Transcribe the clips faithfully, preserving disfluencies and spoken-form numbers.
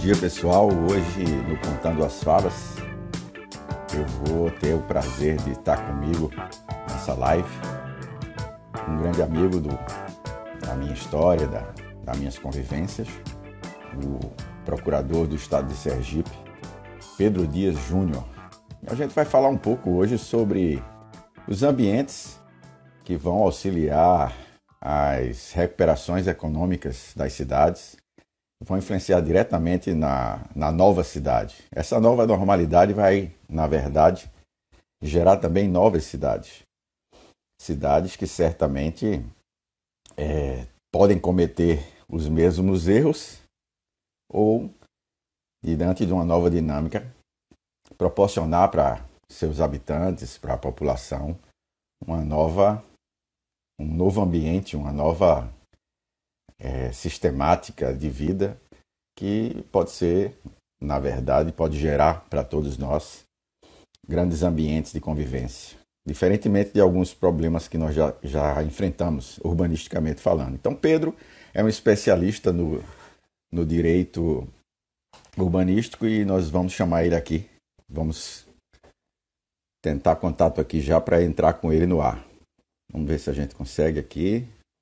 dia, pessoal. Hoje, no Contando as Falas, eu vou ter o prazer de estar comigo nessa live. Um grande amigo do, da minha história, da, das minhas convivências, o procurador do estado de Sergipe, Pedro Dias Júnior. A gente vai falar um pouco hoje sobre os ambientes que vão auxiliar as recuperações econômicas das cidades, vão influenciar diretamente na, na nova cidade. Essa nova normalidade vai, na verdade, gerar também novas cidades. Cidades que certamente é, podem cometer os mesmos erros ou, diante de uma nova dinâmica, proporcionar para seus habitantes, para a população, uma nova, um novo ambiente, uma nova É, sistemática de vida que pode ser, na verdade, pode gerar para todos nós grandes ambientes de convivência, diferentemente de alguns problemas que nós já, já enfrentamos, urbanisticamente falando. Então, Pedro é um especialista no, no direito urbanístico e nós vamos chamar ele aqui. Vamos tentar contato aqui já para entrar com ele no ar. Vamos ver se a gente consegue aqui.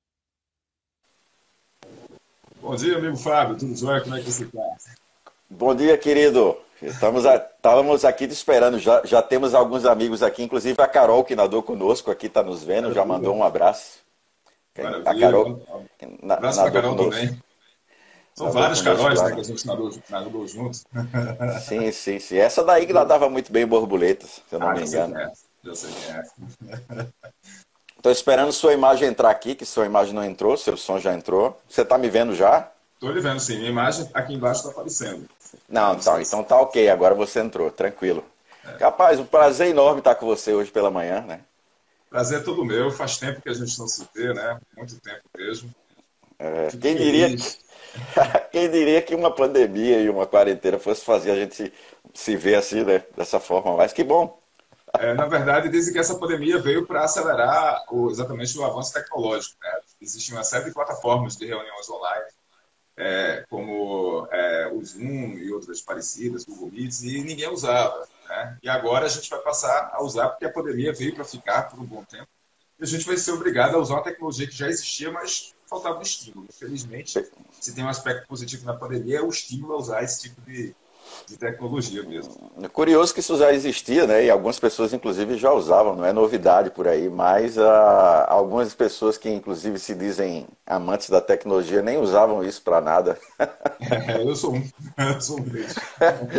Bom dia, amigo Fábio. Tudo jóia? Como é que você está? Bom dia, querido. Estamos, a, estávamos aqui te esperando. Já, já temos alguns amigos aqui, inclusive a Carol, que nadou conosco aqui, está nos vendo, já mandou um abraço. Maravilha. A Carol Um abraço para a Carol conosco, também. São nadou vários conosco Caróis, lá. né, que a gente nadou, nadou junto. Sim, sim, sim. Essa daí que nadava muito bem borboletas, se eu não Ah, me já sei engano. quem é. Já sei quem é. Estou esperando sua imagem entrar aqui, que sua imagem não entrou, seu som já entrou. Você está me vendo já? Estou lhe vendo, sim. Minha imagem aqui embaixo está aparecendo. Não, então, então tá ok, agora você entrou, tranquilo. Rapaz, um prazer enorme estar com você hoje pela manhã, né? Prazer é todo meu. Faz tempo que a gente não se vê, né? Muito tempo mesmo. É, Fico quem diria, feliz. quem diria que uma pandemia e uma quarentena fosse fazer a gente se, se ver assim, né? Dessa forma, mas que bom. É, na verdade, dizem que essa pandemia veio para acelerar o, exatamente o avanço tecnológico, né? Existe uma série de plataformas de reuniões online, é, como é, o Zoom e outras parecidas, Google Meets, e ninguém usava, né? E agora a gente vai passar a usar porque a pandemia veio para ficar por um bom tempo. E a gente vai ser obrigado a usar uma tecnologia que já existia, mas faltava um estímulo. Infelizmente, se tem um aspecto positivo na pandemia, é o estímulo a usar esse tipo de, de tecnologia mesmo. É curioso que isso já existia, né? E algumas pessoas, inclusive, já usavam, não é novidade por aí, mas ah, algumas pessoas que, inclusive, se dizem amantes da tecnologia nem usavam isso para nada. É, eu sou um, eu sou um deles.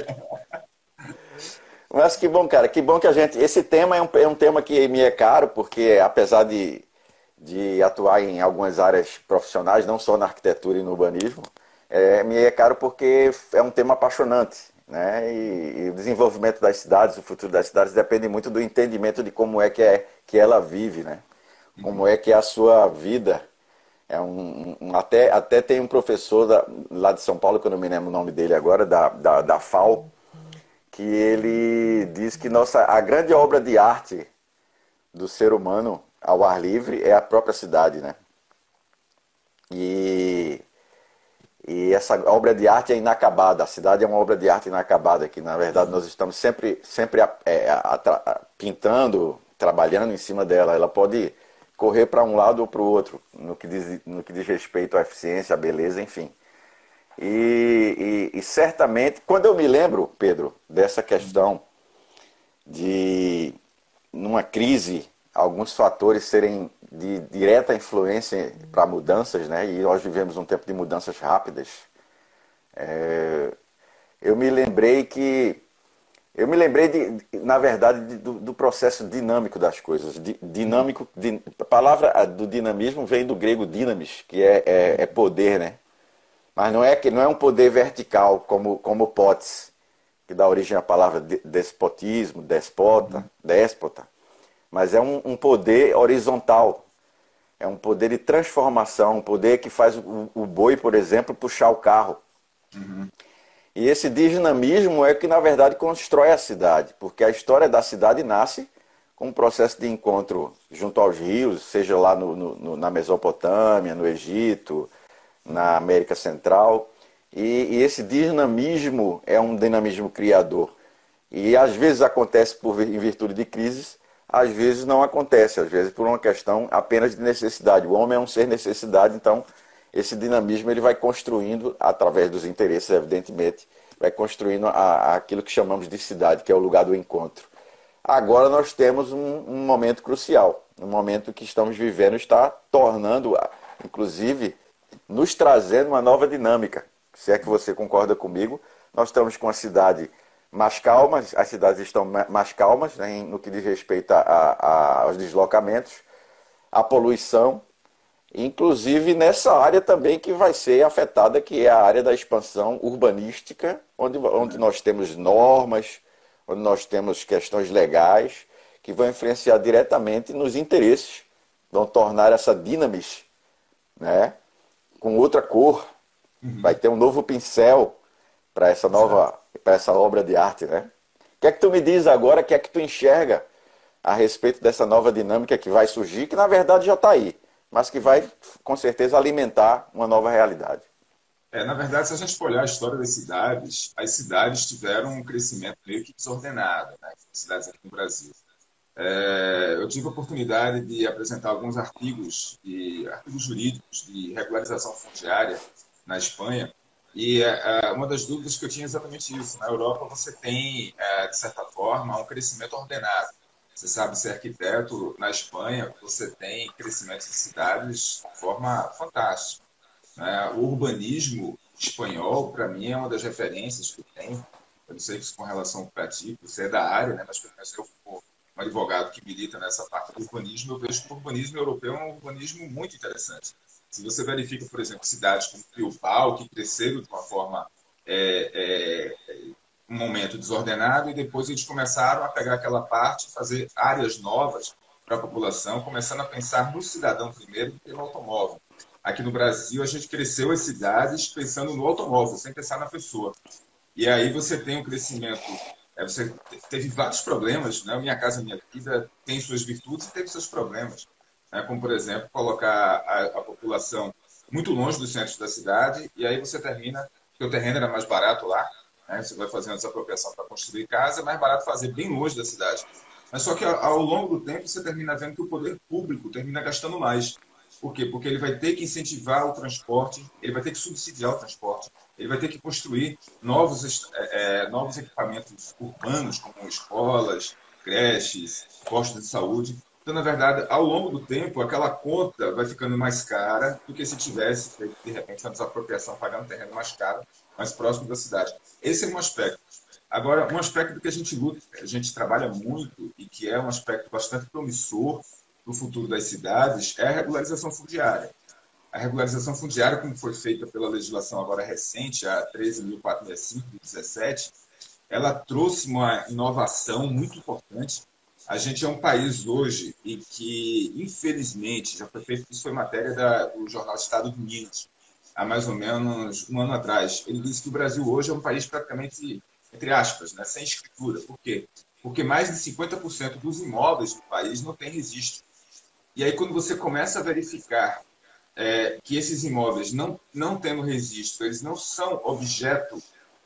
Mas que bom, cara, que bom que a gente. Esse tema é um, é um tema que me é caro, porque apesar de, de atuar em algumas áreas profissionais, não só na arquitetura e no urbanismo, é, me é caro porque é um tema apaixonante, né? E, e o desenvolvimento das cidades, o futuro das cidades depende muito do entendimento de como é que, é que ela vive, né? Como é que é a sua vida. É um, um- até, até tem um professor da- lá de São Paulo, que eu não me lembro o nome dele agora, da, da, da FAO, que ele diz que nossa, a grande obra de arte do ser humano ao ar livre é a própria cidade, né? E, e essa obra de arte é inacabada. A cidade é uma obra de arte inacabada, que na verdade nós estamos sempre, sempre é, atra- pintando, trabalhando em cima dela. Ela pode correr para um lado ou para o outro, no que diz, no que diz respeito à eficiência, à beleza, enfim. E, e- e certamente, quando eu me lembro, Pedro, dessa questão de, numa crise, alguns fatores serem de direta influência para mudanças, né? E nós vivemos um tempo de mudanças rápidas. Eu me lembrei que eu me lembrei de, na verdade, de- do, do processo dinâmico das coisas. Di- dinâmico, din- a palavra ah, do dinamismo vem do grego dynamis, que é, é, é poder, né? Mas não é que não é um poder vertical como como potes, que dá origem à palavra de- despotismo, despota, déspota, mas é um, um poder horizontal. É um poder de transformação, um poder que faz o, o boi, por exemplo, puxar o carro. Uhum. E esse dinamismo é que, na verdade, constrói a cidade, porque a história da cidade nasce com um processo de encontro junto aos rios, seja lá no, no- no- na Mesopotâmia, no Egito, na América Central. E, e esse dinamismo é um dinamismo criador. E às vezes acontece por, em virtude de crises, às vezes não acontece, às vezes por uma questão apenas de necessidade. O homem é um ser necessidade, então esse dinamismo ele vai construindo, através dos interesses, evidentemente, vai construindo a, a aquilo que chamamos de cidade, que é o lugar do encontro. Agora nós temos um, um momento crucial, um momento que estamos vivendo está tornando, inclusive, nos trazendo uma nova dinâmica. Se é que você concorda comigo, nós estamos com a cidade mais calma, as cidades estão mais calmas, né, no que diz respeito a, a, aos deslocamentos, à poluição, inclusive nessa área também que vai ser afetada, que é a área da expansão urbanística, onde, onde nós temos normas, onde nós temos questões legais, que vão influenciar diretamente nos interesses, vão tornar essa dinamis, né, com outra cor, uhum. Vai ter um novo pincel para essa nova, para essa obra de arte, né? O que é que tu me diz agora, o que é que tu enxerga a respeito dessa nova dinâmica que vai surgir, que na verdade já está aí, mas que vai, com certeza, alimentar uma nova realidade? É, na verdade, se a gente for olhar a história das cidades, as cidades tiveram um crescimento meio que desordenado, né? As cidades aqui no Brasil. É, eu tive a oportunidade de apresentar alguns artigos, de, artigos jurídicos de regularização fundiária na Espanha, e é, uma das dúvidas que eu tinha é exatamente isso. Na Europa você tem, é, de certa forma, um crescimento ordenado. Você sabe ser arquiteto, na Espanha você tem crescimento de cidades de forma fantástica. Né? O urbanismo espanhol, para mim, é uma das referências que tem. Eu não sei se com relação para ti, você é da área, né? Mas eu como um advogado que milita nessa parte do urbanismo, eu vejo que o urbanismo europeu é um urbanismo muito interessante. Se você verifica, por exemplo, cidades como Bilbao, que cresceram de uma forma, é, é, um momento desordenado, e depois eles começaram a pegar aquela parte e fazer áreas novas para a população, começando a pensar no cidadão primeiro e no automóvel. Aqui no Brasil, a gente cresceu as cidades pensando no automóvel, sem pensar na pessoa. E aí você tem um crescimento... É, você teve vários problemas, né? Minha Casa Minha Vida tem suas virtudes e teve seus problemas. Né? Como, por exemplo, colocar a, a população muito longe dos centros da cidade, e aí você termina, porque o terreno era mais barato lá, né? Você vai fazendo desapropriação para construir casa, é mais barato fazer bem longe da cidade. Mas só que ao longo do tempo você termina vendo que o poder público termina gastando mais. Por quê? Porque ele vai ter que incentivar o transporte, ele vai ter que subsidiar o transporte, ele vai ter que construir novos, é, novos equipamentos urbanos, como escolas, creches, postos de saúde. Então, na verdade, ao longo do tempo, aquela conta vai ficando mais cara do que se tivesse feito, de repente, uma desapropriação, pagando um terreno mais caro, mais próximo da cidade. Esse é um aspecto. Agora, um aspecto que a gente luta, a gente trabalha muito e que é um aspecto bastante promissor no futuro das cidades é a regularização fundiária. A regularização fundiária, como foi feita pela legislação agora recente, a treze mil quatrocentos e sessenta e cinco, de dezessete, ela trouxe uma inovação muito importante. A gente é um país hoje em que, infelizmente, já foi feito, isso foi matéria da, do jornal Estado de Minas, há mais ou menos um ano atrás. Ele disse que o Brasil hoje é um país praticamente, entre aspas, né, sem escritura. Por quê? Porque mais de cinquenta por cento dos imóveis do país não tem registro. E aí, quando você começa a verificar é, que esses imóveis, não, não tendo registro, eles não são objeto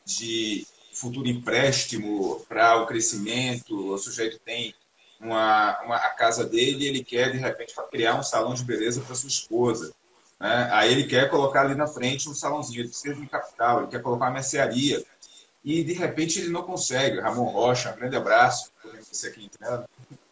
de futuro empréstimo para o crescimento, o sujeito tem uma, uma, a casa dele e ele quer, de repente, criar um salão de beleza para sua esposa. Né? Aí ele quer colocar ali na frente um salãozinho, ele precisa de um capital, ele quer colocar uma mercearia. E, de repente, ele não consegue. Ramon Rocha, um grande abraço, por você aqui entrando.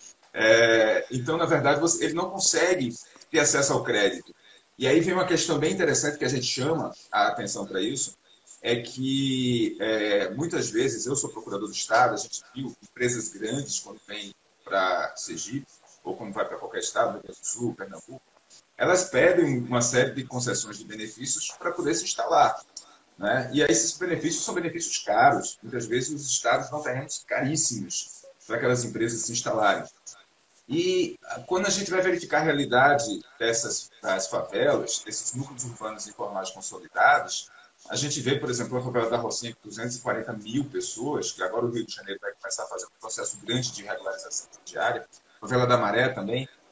É, então, na verdade, você, ele não consegue ter acesso ao crédito. E aí vem uma questão bem interessante que a gente chama a atenção para isso, é que é, muitas vezes, eu sou procurador do Estado, a gente viu empresas grandes quando vêm para Sergipe, ou quando vai para qualquer estado, Rio Grande do Sul, Pernambuco, elas pedem uma série de concessões de benefícios para poder se instalar. Né? E aí esses benefícios são benefícios caros. Muitas vezes os estados dão terrenos caríssimos para aquelas empresas se instalarem. E quando a gente vai verificar a realidade dessas das favelas, desses núcleos urbanos informais consolidados, a gente vê, por exemplo, a favela da Rocinha com duzentas e quarenta mil pessoas, que agora o Rio de Janeiro vai começar a fazer um processo grande de regularização fundiária, a favela da Maré também,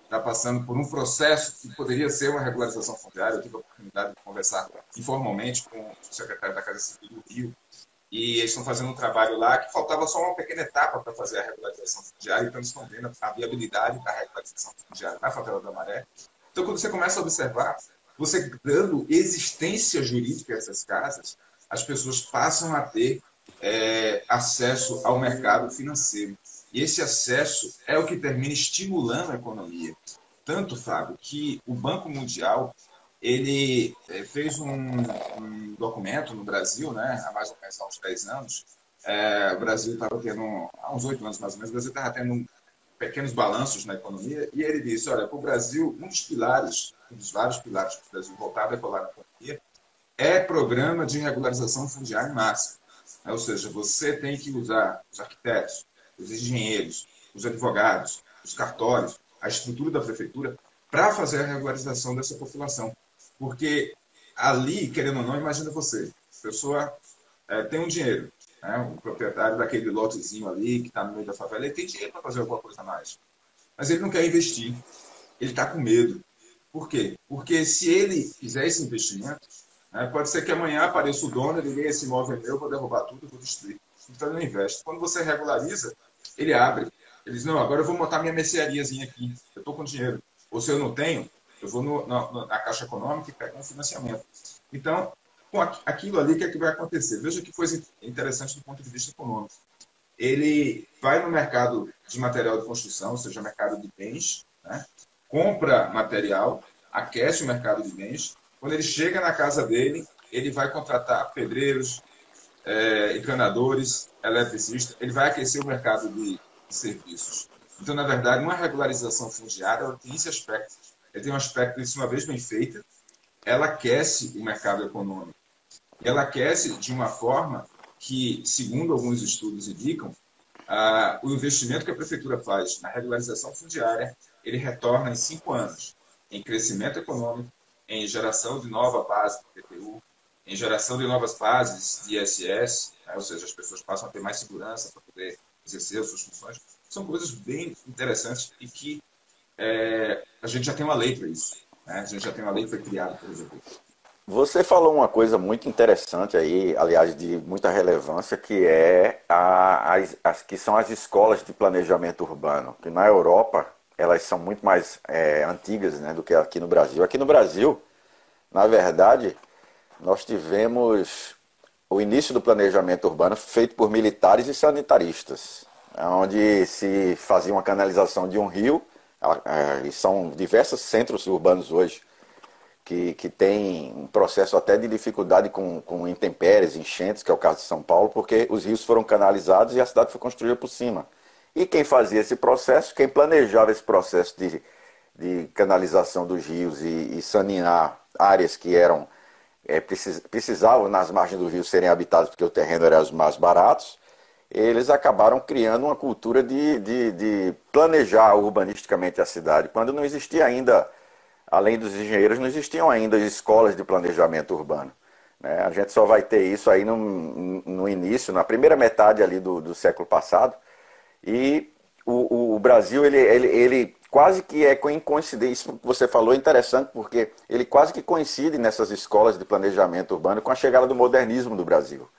está passando por um processo que poderia ser uma regularização fundiária. Eu tive a oportunidade de conversar informalmente com o secretário da Casa Civil do Rio, e eles estão fazendo um trabalho lá que faltava só uma pequena etapa para fazer a regularização fundiária, então eles estão vendo a viabilidade da regularização fundiária na favela da Maré. Então, quando você começa a observar, você dando existência jurídica a essas casas, as pessoas passam a ter é, acesso ao mercado financeiro. E esse acesso é o que termina estimulando a economia. Tanto, Fábio, que o Banco Mundial ele fez um, um documento no Brasil, né, há mais ou menos há uns dez anos. É, o Brasil estava tendo, há uns oito anos mais ou menos, o Brasil estava tendo pequenos balanços na economia, e ele disse, olha, para o Brasil, um dos pilares, um dos vários pilares que o Brasil voltava a decolar na economia, é programa de regularização fundiária em massa. É, ou seja, você tem que usar os arquitetos, os engenheiros, os advogados, os cartórios, a estrutura da prefeitura para fazer a regularização dessa população. Porque ali, querendo ou não, imagina você, a pessoa é, tem um dinheiro, né, o proprietário daquele lotezinho ali que está no meio da favela, ele tem dinheiro para fazer alguma coisa a mais. Mas ele não quer investir, ele está com medo. Por quê? Porque se ele fizer esse investimento, né, pode ser que amanhã apareça o dono, ele diga, esse imóvel é meu, vou derrubar tudo, vou destruir. Então ele não investe. Quando você regulariza, ele abre. Ele diz, não, agora eu vou montar minha merceariazinha aqui, eu estou com dinheiro. Ou se eu não tenho, eu vou no, na, na Caixa Econômica e pego um financiamento. Então, com aquilo ali, o que é que vai acontecer? Veja que coisa interessante do ponto de vista econômico. Ele vai no mercado de material de construção, ou seja, mercado de bens, né? Compra material, aquece o mercado de bens. Quando ele chega na casa dele, ele vai contratar pedreiros, é, encanadores, eletricistas, ele vai aquecer o mercado de, de serviços. Então, na verdade, uma regularização fundiária ela tem esse aspecto. Ela tem um aspecto de, uma vez bem feita, ela aquece o mercado econômico. Ela aquece de uma forma que, segundo alguns estudos indicam, ah, o investimento que a prefeitura faz na regularização fundiária, ele retorna em cinco anos em crescimento econômico, em geração de nova base do I P T U, em geração de novas bases de I S S, né? Ou seja, as pessoas passam a ter mais segurança para poder exercer as suas funções. São coisas bem interessantes e que é, a gente já tem uma lei para isso. Né? A gente já tem uma lei que foi criada para resolver. Você falou uma coisa muito interessante aí, aliás, de muita relevância, que é a, as, as, que são as escolas de planejamento urbano, que na Europa elas são muito mais é, antigas, né, do que aqui no Brasil. Aqui no Brasil, na verdade, nós tivemos o início do planejamento urbano feito por militares e sanitaristas, onde se fazia uma canalização de um rio, e são diversos centros urbanos hoje que, que tem um processo até de dificuldade com, com intempéries, enchentes, que é o caso de São Paulo, porque os rios foram canalizados e a cidade foi construída por cima. E quem fazia esse processo, quem planejava esse processo de, de canalização dos rios e, e sanear áreas que eram é, precis, precisavam nas margens do rio serem habitadas porque o terreno era os mais baratos, eles acabaram criando uma cultura de, de, de planejar urbanisticamente a cidade, quando não existia ainda, além dos engenheiros, não existiam ainda escolas de planejamento urbano. Né? A gente só vai ter isso aí no, no início, na primeira metade ali do, do século passado, e o, o Brasil, ele, ele, ele quase que é coincidente, isso que você falou é interessante, porque ele quase que coincide nessas escolas de planejamento urbano com a chegada do modernismo do Brasil.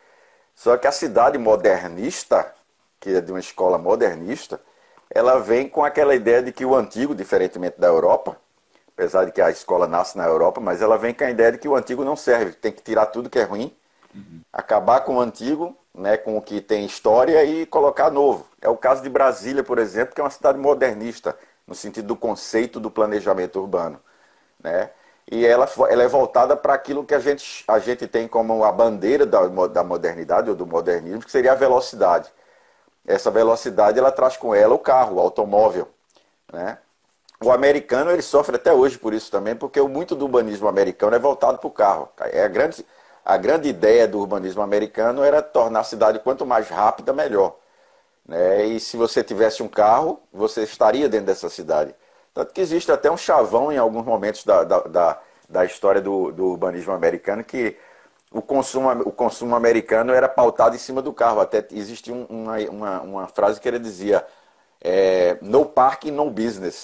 Só que a cidade modernista, que é de uma escola modernista, ela vem com aquela ideia de que o antigo, diferentemente da Europa, apesar de que a escola nasce na Europa, mas ela vem com a ideia de que o antigo não serve, tem que tirar tudo que é ruim, uhum. acabar com o antigo, né, com o que tem história e colocar novo. É o caso de Brasília, por exemplo, que é uma cidade modernista, no sentido do conceito do planejamento urbano. Né? E ela, ela é voltada para aquilo que a gente, a gente tem como a bandeira da, da modernidade ou do modernismo, que seria a velocidade. Essa velocidade ela traz com ela o carro, o automóvel. Né? O americano ele sofre até hoje por isso também, porque muito do urbanismo americano é voltado para o carro. É a, grande, a grande ideia do urbanismo americano era tornar a cidade quanto mais rápida, melhor. Né? E se você tivesse um carro, você estaria dentro dessa cidade. Tanto que existe até um chavão em alguns momentos da, da, da, da história do, do urbanismo americano, que o consumo, o consumo americano era pautado em cima do carro. Até existia uma, uma, uma frase que ele dizia, é, no parking, no business.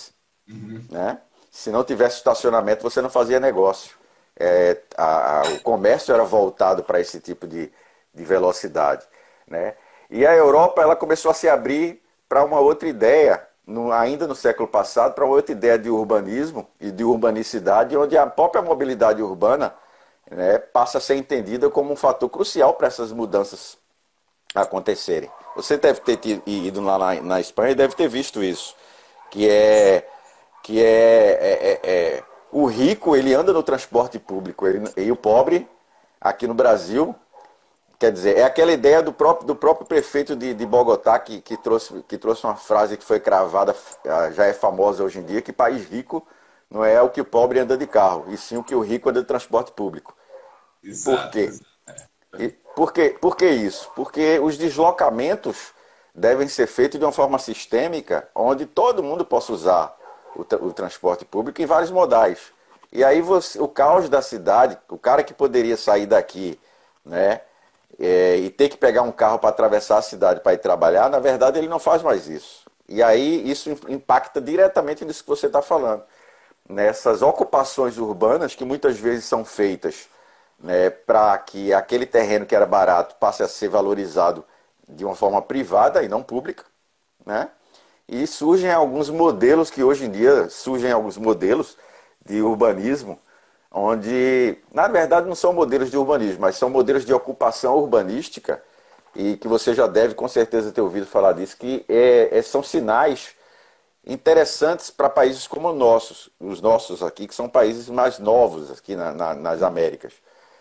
Uhum. né? Se não tivesse estacionamento, você não fazia negócio. É, a- a- o comércio era voltado para esse tipo de, de velocidade, né? E a Europa ela começou a se abrir para uma outra ideia, no- ainda no século passado, para uma outra ideia de urbanismo e de urbanicidade, onde a própria mobilidade urbana, né, passa a ser entendida como um fator crucial para essas mudanças acontecerem. Você deve ter ti- ido lá na, na Espanha e deve ter visto isso, que é que é, é- é- é- o rico ele anda no transporte público ele- e o pobre aqui no Brasil, quer dizer, é aquela ideia do próprio, do próprio prefeito de, de Bogotá que, que, trouxe, que trouxe uma frase que foi cravada, ah, já é famosa hoje em dia, que país rico não é o que o pobre anda de carro, e sim o que o rico anda de transporte público. Por Exato. quê? E por que, por que isso? Porque os deslocamentos devem ser feitos de uma forma sistêmica, onde todo mundo possa usar o, tra- o transporte público em vários modais. E aí você, o caos da cidade, o cara que poderia sair daqui, né, é, e ter que pegar um carro para atravessar a cidade para ir trabalhar, na verdade ele não faz mais isso. E aí isso impacta diretamente nisso que você está falando, nessas ocupações urbanas que muitas vezes são feitas, né, para que aquele terreno que era barato passe a ser valorizado de uma forma privada e não pública, né? E surgem alguns modelos que hoje em dia surgem alguns modelos de urbanismo, onde na verdade não são modelos de urbanismo, mas são modelos de ocupação urbanística e que você já deve com certeza ter ouvido falar disso, que é, é- são sinais interessantes para países como os nossos, os nossos aqui, que são países mais novos aqui na- na- nas Américas,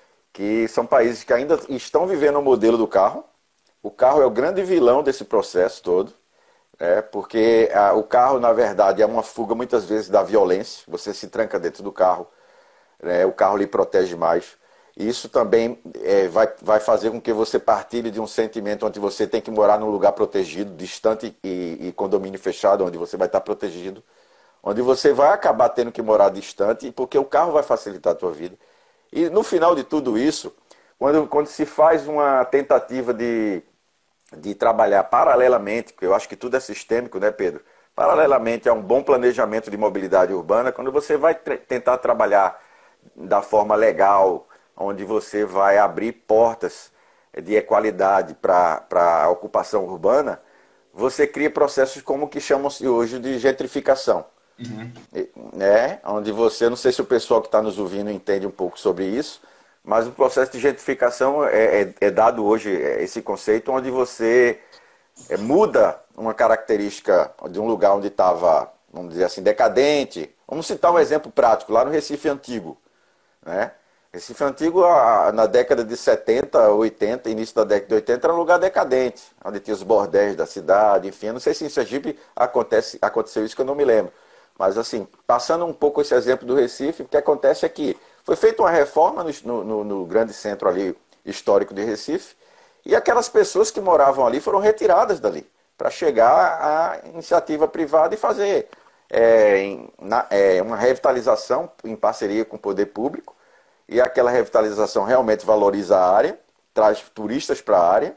que são países que ainda estão vivendo o modelo do carro. O carro é o grande vilão desse processo todo, é, porque ah, o carro, na verdade, é uma fuga muitas vezes da violência. Você se tranca dentro do carro, né, o carro lhe protege mais. E isso também é, vai, vai fazer com que você partilhe de um sentimento onde você tem que morar num lugar protegido, distante e, e condomínio fechado, onde você vai estar protegido, onde você vai acabar tendo que morar distante, porque o carro vai facilitar a tua vida. E no final de tudo isso, quando, quando se faz uma tentativa de, de trabalhar paralelamente, porque eu acho que tudo é sistêmico, né, Pedro? Paralelamente a um bom planejamento de mobilidade urbana, quando você vai tra- tentar trabalhar da forma legal, onde você vai abrir portas de equalidade para a ocupação urbana, você cria processos como que chamam-se hoje de gentrificação, Uhum. né? Onde você, não sei se o pessoal que está nos ouvindo entende um pouco sobre isso, mas o processo de gentrificação é, é, é dado hoje, é esse conceito, onde você é, muda uma característica de um lugar onde estava, vamos dizer assim, decadente. Vamos citar um exemplo prático, lá no Recife Antigo, né? Recife Antigo, na década de setenta, oitenta, início da década de oitenta, era um lugar decadente, onde tinha os bordéis da cidade, enfim. Eu não sei se em Sergipe acontece, aconteceu isso que eu não me lembro. Mas, assim, passando um pouco esse exemplo do Recife, o que acontece é que foi feita uma reforma no, no, no grande centro ali histórico de Recife, e aquelas pessoas que moravam ali foram retiradas dali, para chegar à iniciativa privada e fazer é, em, na, é, uma revitalização em parceria com o poder público, e aquela revitalização realmente valoriza a área, traz turistas para a área,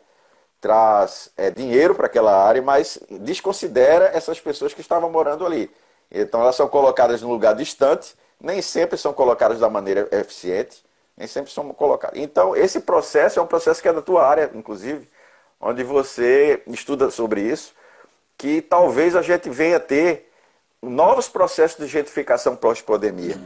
traz é, dinheiro para aquela área, mas desconsidera essas pessoas que estavam morando ali. Então elas são colocadas num lugar distante, nem sempre são colocadas da maneira eficiente, nem sempre são colocadas. Então esse processo é um processo que é da tua área, inclusive, onde você estuda sobre isso, que talvez a gente venha ter novos processos de gentrificação pós-pandemia.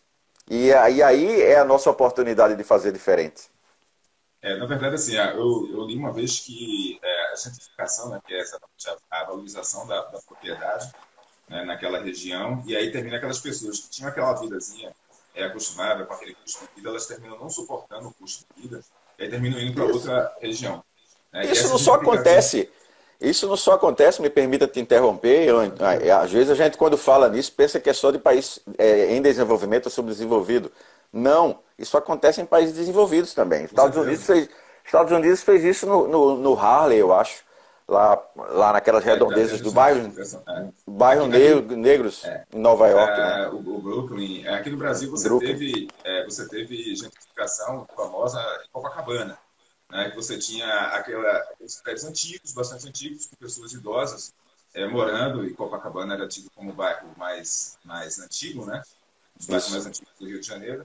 E aí, aí é a nossa oportunidade de fazer diferente. É, na verdade, assim, a- eu, eu li uma vez que é, a gentrificação, né, que é exatamente a, a valorização da, da propriedade, né, naquela região, e aí termina aquelas pessoas que tinham aquela vidazinha é, acostumada com aquele custo de vida, elas terminam não suportando o custo de vida, e aí terminam indo para Isso. outra região. Né? E Isso essa não só gentrificação. acontece. Isso não só acontece, me permita te interromper. Eu, às vezes a gente, quando fala nisso, pensa que é só de país é, em desenvolvimento ou subdesenvolvido. Não, isso acontece em países desenvolvidos também. Com Estados Unidos certeza. fez, Estados Unidos fez isso no, no, no Harlem, eu acho, lá, lá naquelas É, tá redondezas tendo do essa bairro, gentrificação. É. bairro Aqui, aqui, negro, negros é, em Nova York, né? é, o, o Brooklyn, é, aqui no Brasil você Brooklyn. teve, é, você teve gentrificação famosa em Copacabana, né, que você tinha aquela, aqueles prédios antigos, bastante antigos, com pessoas idosas, é, morando, e Copacabana era tido como o bairro mais, mais antigo, né? Os bairros mais antigos do Rio de Janeiro.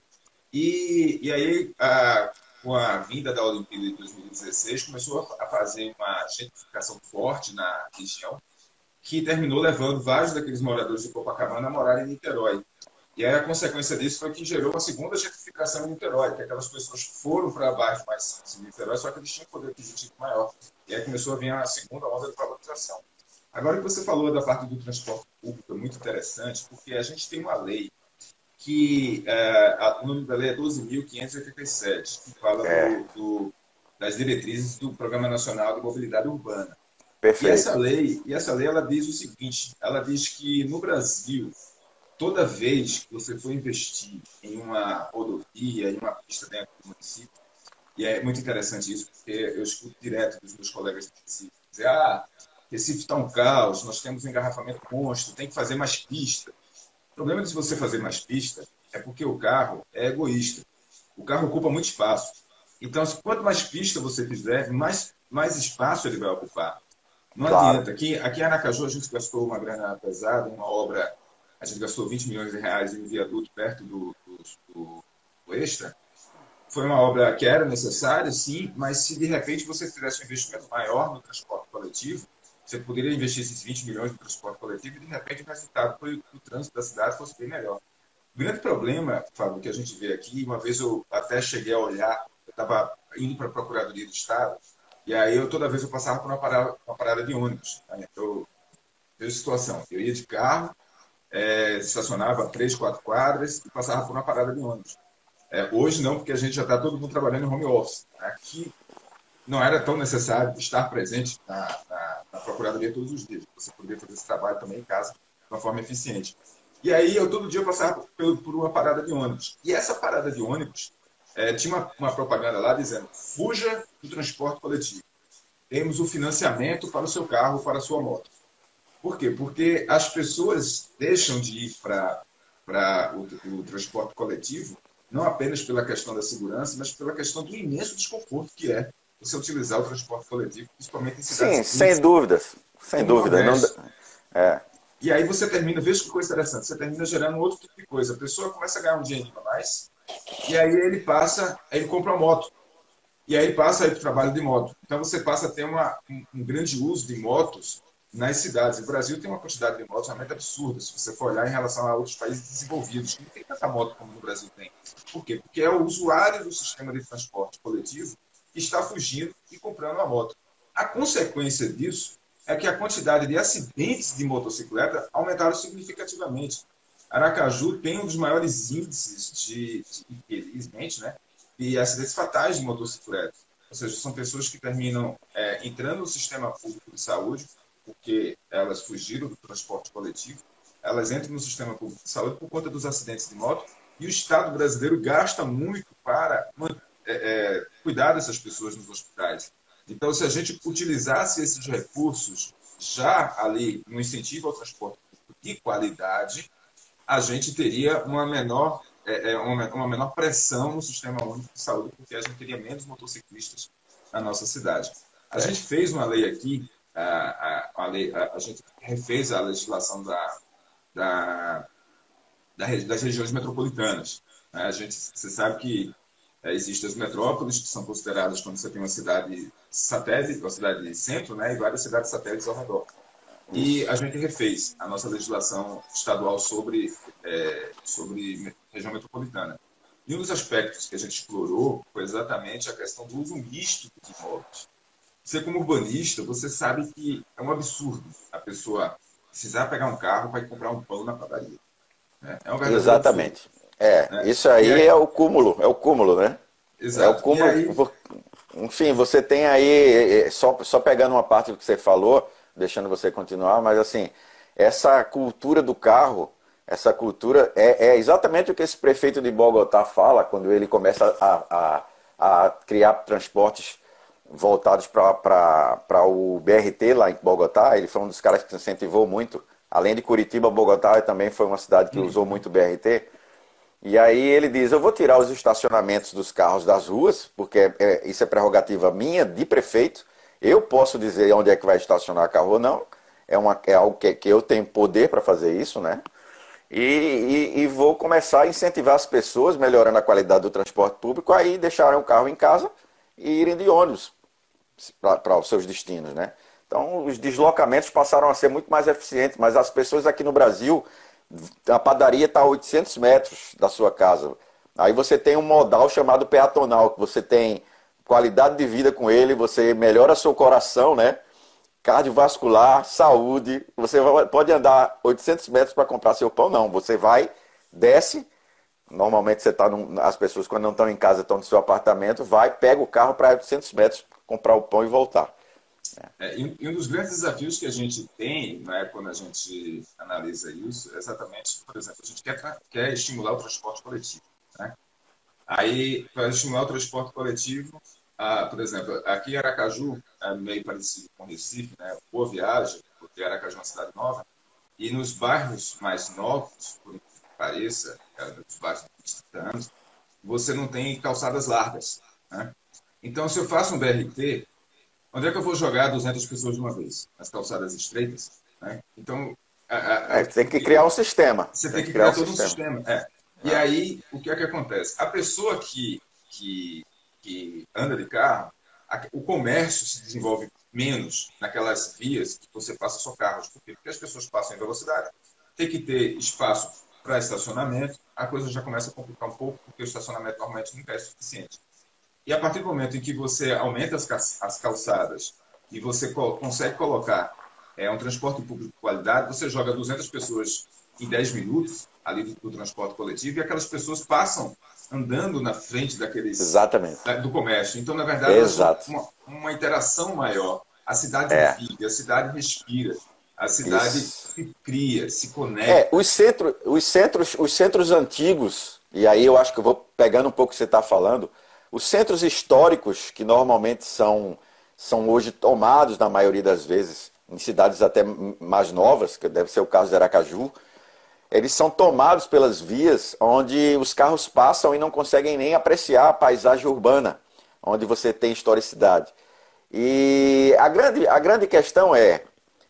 E, e aí, a, com a vinda da Olimpíada de dois mil e dezesseis, começou a fazer uma gentrificação forte na região, que terminou levando vários daqueles moradores de Copacabana a morar em Niterói. E aí a consequência disso foi que gerou uma segunda gentrificação em Niterói, que aquelas pessoas foram para bairros mais simples em Niterói, só que eles tinham poder aquisitivo maior. E aí começou a vir a segunda onda de valorização. Agora que você falou da parte do transporte público, é muito interessante, porque a gente tem uma lei que, é, a, o nome da lei é doze mil quinhentos e oitenta e sete, que fala É, do, do, das diretrizes do Programa Nacional de Mobilidade Urbana. E essa perfeito. lei, e essa lei ela diz o seguinte, ela diz que no Brasil, toda vez que você for investir em uma rodovia, em uma pista dentro do município, e é muito interessante isso, porque eu escuto direto dos meus colegas de Recife dizer, ah, Recife está um caos, nós temos um engarrafamento monstro, tem que fazer mais pista. O problema de você fazer mais pista é porque o carro é egoísta. O carro ocupa muito espaço. Então, quanto mais pista você fizer, mais, mais espaço ele vai ocupar. Não Claro. adianta. Aqui, aqui em Aracaju, a gente gastou uma grana pesada, uma obra, a gente gastou vinte milhões de reais em um viaduto perto do, do, do, do Extra. Foi uma obra que era necessária, sim, mas se de repente você fizesse um investimento maior no transporte coletivo, você poderia investir esses vinte milhões no transporte coletivo e de repente o resultado foi o trânsito da cidade fosse bem melhor. O grande problema, Fábio, que a gente vê aqui, uma vez eu até cheguei a olhar, eu estava indo para a Procuradoria do Estado, e aí eu toda vez eu passava por uma parada, uma parada de ônibus. Né? Eu vejo a situação, eu ia de carro, é, estacionava três, quatro quadras e passava por uma parada de ônibus. É, hoje não, porque a gente já está todo mundo trabalhando em home office. Aqui não era tão necessário estar presente na, na, na Procuradoria todos os dias. Você poderia fazer esse trabalho também em casa de uma forma eficiente. E aí eu todo dia eu passava por, por uma parada de ônibus. E essa parada de ônibus é, tinha uma, uma propaganda lá dizendo: fuja do transporte coletivo. Temos o financiamento para o seu carro, para a sua moto. Por quê? Porque as pessoas deixam de ir para o, o transporte coletivo não apenas pela questão da segurança, mas pela questão do imenso desconforto que é você utilizar o transporte coletivo, principalmente em Sim, cidades sem grandes, dúvidas. Sem como o dúvida. Não... Nordeste. É, E aí você termina, veja que coisa interessante, você termina gerando outro tipo de coisa. A pessoa começa a ganhar um dinheiro a mais, e aí ele passa, aí ele compra uma moto, e aí ele passa a ir para o trabalho de moto. Então você passa a ter uma, um, um grande uso de motos nas cidades. O Brasil tem uma quantidade de motos realmente absurda, se você for olhar em relação a outros países desenvolvidos, que não tem tanta moto como no Brasil tem. Por quê? Porque é o usuário do sistema de transporte coletivo que está fugindo e comprando uma moto. A consequência disso é que a quantidade de acidentes de motocicleta aumentaram significativamente. Aracaju tem um dos maiores índices de, de infelizmente, né, de acidentes fatais de motocicleta. Ou seja, são pessoas que terminam é, entrando no sistema público de saúde porque elas fugiram do transporte coletivo, elas entram no sistema público de saúde por conta dos acidentes de moto, e o Estado brasileiro gasta muito para é, é, cuidar dessas pessoas nos hospitais. Então, se a gente utilizasse esses recursos já ali no incentivo ao transporte público de qualidade, a gente teria uma menor, é, é, uma, uma menor pressão no sistema único de saúde, porque a gente teria menos motociclistas na nossa cidade. A é. gente fez uma lei aqui, a, a, a, lei, a, a gente refez a legislação da, da, da, das regiões metropolitanas. A gente, você sabe que é, existem as metrópoles, que são consideradas quando você tem uma cidade satélite, uma cidade centro, né, e várias cidades satélites ao redor. E Isso. a gente refez a nossa legislação estadual sobre, é, sobre região metropolitana. E um dos aspectos que a gente explorou foi exatamente a questão do uso misto de imóveis. Você, como urbanista, você sabe que é um absurdo a pessoa precisar pegar um carro para ir comprar um pão na padaria. Né? É um verdadeiro absurdo. Exatamente. É, Né? isso E aí aí, é o cúmulo, é o cúmulo, né? É o exato. E cúmulo. aí, por- Enfim, você tem aí, é, só, só pegando uma parte do que você falou, deixando você continuar, mas assim, essa cultura do carro, essa cultura é, é exatamente o que esse prefeito de Bogotá fala quando ele começa a, a, a criar transportes voltados para o B R T lá em Bogotá. Ele foi um dos caras que incentivou muito. Além de Curitiba, Bogotá também foi uma cidade que usou muito o B R T. E aí ele diz, eu vou tirar os estacionamentos dos carros das ruas, porque é, isso é prerrogativa minha, de prefeito. Eu posso dizer onde é que vai estacionar carro ou não. é, uma, é algo que, que eu tenho poder para fazer isso, né? E, e, e vou começar a incentivar as pessoas, melhorando a qualidade do transporte público, aí deixarem o carro em casa e irem de ônibus para os seus destinos, né? Então, os deslocamentos passaram a ser muito mais eficientes, mas as pessoas aqui no Brasil, a padaria está a oitocentos metros da sua casa. Aí você tem um modal chamado peatonal, que você tem qualidade de vida com ele, você melhora seu coração, né? Cardiovascular, saúde. Você pode andar oitocentos metros para comprar seu pão? Não. Você vai, desce. Normalmente você tá num, as pessoas, quando não estão em casa, estão no seu apartamento, vai, pega o carro para oitocentos metros, comprar o pão e voltar. É, e um dos grandes desafios que a gente tem, né, quando a gente analisa isso, é exatamente, por exemplo, a gente quer, quer estimular o transporte coletivo. Né? Aí, para estimular o transporte coletivo, ah, por exemplo, aqui em Aracaju, é meio parecido com Recife, né? Boa Viagem, porque Aracaju é uma cidade nova, e nos bairros mais novos, por incrível que pareça, nos bairros de trinta anos, você não tem calçadas largas. Né? Então, se eu faço um B R T, onde é que eu vou jogar duzentas pessoas de uma vez? Nas calçadas estreitas? Né? Então, a, a, é, tem que criar um sistema. Você tem, tem que criar, criar todo um sistema. sistema. É. E ah. aí, o que é que acontece? A pessoa que, que, que anda de carro, a, o comércio se desenvolve menos naquelas vias que você passa só carros. Por quê? Porque as pessoas passam em velocidade. Tem que ter espaço para estacionamento. A coisa já começa a complicar um pouco, porque o estacionamento normalmente nunca é suficiente. E a partir do momento em que você aumenta as, as calçadas e você co consegue colocar é, um transporte público de qualidade, você joga duzentas pessoas em dez minutos ali do, do transporte coletivo e aquelas pessoas passam andando na frente daqueles Exatamente. Da, do comércio. Então, na verdade, é uma, uma interação maior. A cidade é. vive, a cidade respira, a cidade Isso. se cria, se conecta. É, os, centro, os, centros, os centros antigos, e aí eu acho que eu vou pegando um pouco o que você está falando, os centros históricos, que normalmente são, são hoje tomados, na maioria das vezes, em cidades até mais novas, que deve ser o caso de Aracaju, eles são tomados pelas vias onde os carros passam e não conseguem nem apreciar a paisagem urbana, onde você tem historicidade. E a grande, a grande questão é,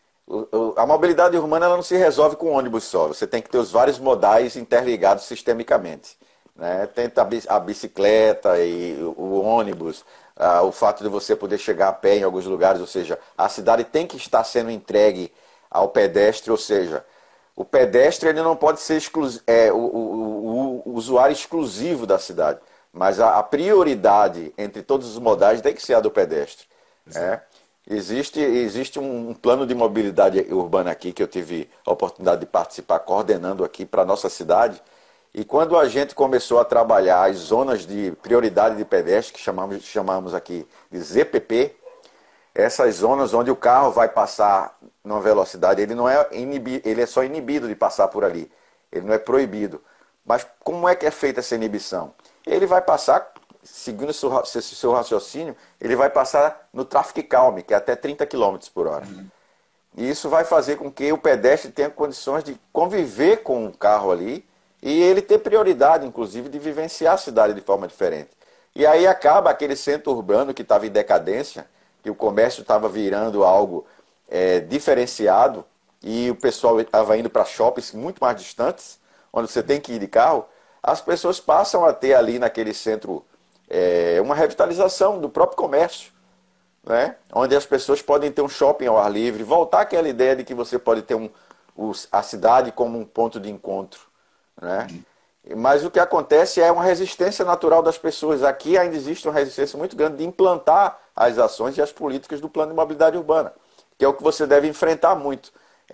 a mobilidade urbana ela não se resolve com ônibus só, você tem que ter os vários modais interligados sistemicamente. Né? Tenta a bicicleta e o ônibus, ah, o fato de você poder chegar a pé em alguns lugares, ou seja, a cidade tem que estar sendo entregue ao pedestre, ou seja, o pedestre ele não pode ser exclus... é, o, o, o, o usuário exclusivo da cidade, mas a, a prioridade entre todos os modais tem que ser a do pedestre. Né? Existe, existe um, um plano de mobilidade urbana aqui que eu tive a oportunidade de participar coordenando aqui para a nossa cidade. E quando a gente começou a trabalhar as zonas de prioridade de pedestre, que chamamos, chamamos aqui de Z P P, essas zonas onde o carro vai passar numa velocidade, ele não é inibido, ele é só inibido de passar por ali, ele não é proibido. Mas como é que é feita essa inibição? Ele vai passar, seguindo o seu, seu raciocínio, ele vai passar no traffic calm, que é até trinta quilômetros por hora. Uhum. E isso vai fazer com que o pedestre tenha condições de conviver com o carro ali, e ele ter prioridade, inclusive, de vivenciar a cidade de forma diferente. E aí acaba aquele centro urbano que estava em decadência, que o comércio estava virando algo é, diferenciado, e o pessoal estava indo para shoppings muito mais distantes, onde você tem que ir de carro, as pessoas passam a ter ali naquele centro é, uma revitalização do próprio comércio, né? Onde as pessoas podem ter um shopping ao ar livre, voltar àquela ideia de que você pode ter um, a cidade como um ponto de encontro. Né? Mas o que acontece é uma resistência natural das pessoas. Aqui ainda existe uma resistência muito grande de implantar as ações e as políticas do plano de mobilidade urbana, que é o que você deve enfrentar muito.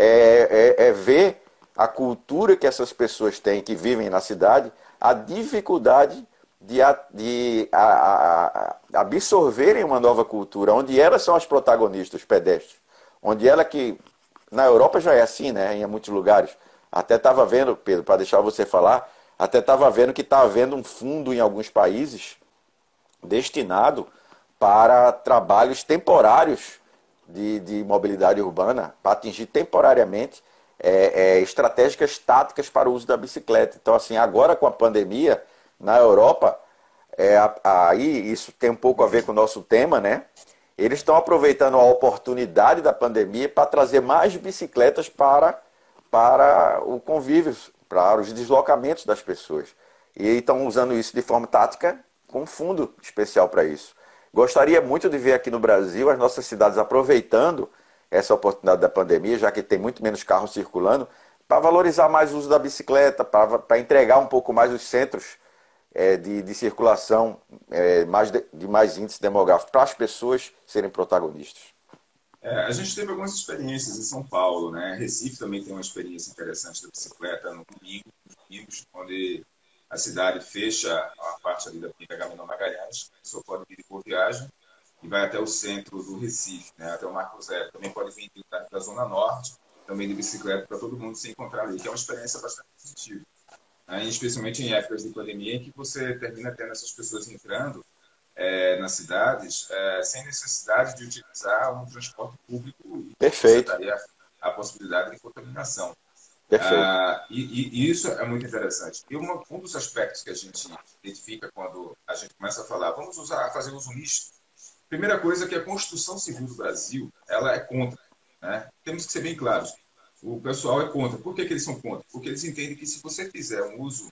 É, é, é ver a cultura que essas pessoas têm, que vivem na cidade, a dificuldade de, de a, a, a absorverem uma nova cultura, onde elas são as protagonistas, os pedestres. Onde ela que, na Europa já é assim, né, em muitos lugares. Até estava vendo, Pedro, para deixar você falar, até estava vendo que está havendo um fundo em alguns países destinado para trabalhos temporários de, de mobilidade urbana, para atingir temporariamente é, é, estratégicas táticas para o uso da bicicleta. Então, assim, agora com a pandemia, na Europa, é, aí isso tem um pouco a ver com o nosso tema, né? eles estão aproveitando a oportunidade da pandemia para trazer mais bicicletas para, para o convívio, para os deslocamentos das pessoas. E estão usando isso de forma tática, com um fundo especial para isso. Gostaria muito de ver aqui no Brasil as nossas cidades aproveitando essa oportunidade da pandemia, já que tem muito menos carros circulando, para valorizar mais o uso da bicicleta, para, para entregar um pouco mais os centros é, de, de circulação é, mais de, de mais índice demográfico, para as pessoas serem protagonistas. É, a gente teve algumas experiências em São Paulo, né? Recife também tem uma experiência interessante da bicicleta no domingo, nos domingos, onde a cidade fecha a parte ali da Pinta Gaminão Magalhães, a pessoa pode vir por viagem e vai até o centro do Recife, né? Até o Marco Zero. Também pode vir da, da Zona Norte, também de bicicleta, para todo mundo se encontrar ali, que é uma experiência bastante positiva. Né? Especialmente em épocas de pandemia, em que você termina tendo essas pessoas entrando é, nas cidades é, sem necessidade de utilizar um transporte público. E Perfeito. Você daria a possibilidade de contaminação. Perfeito. Ah, e, e isso é muito interessante. E uma, um dos aspectos que a gente identifica quando a gente começa a falar, vamos usar, fazer uso misto. Primeira coisa é que a Constituição Civil do Brasil, ela é contra. Né? Temos que ser bem claros. O pessoal é contra. Por que, que eles são contra? Porque eles entendem que se você fizer um uso,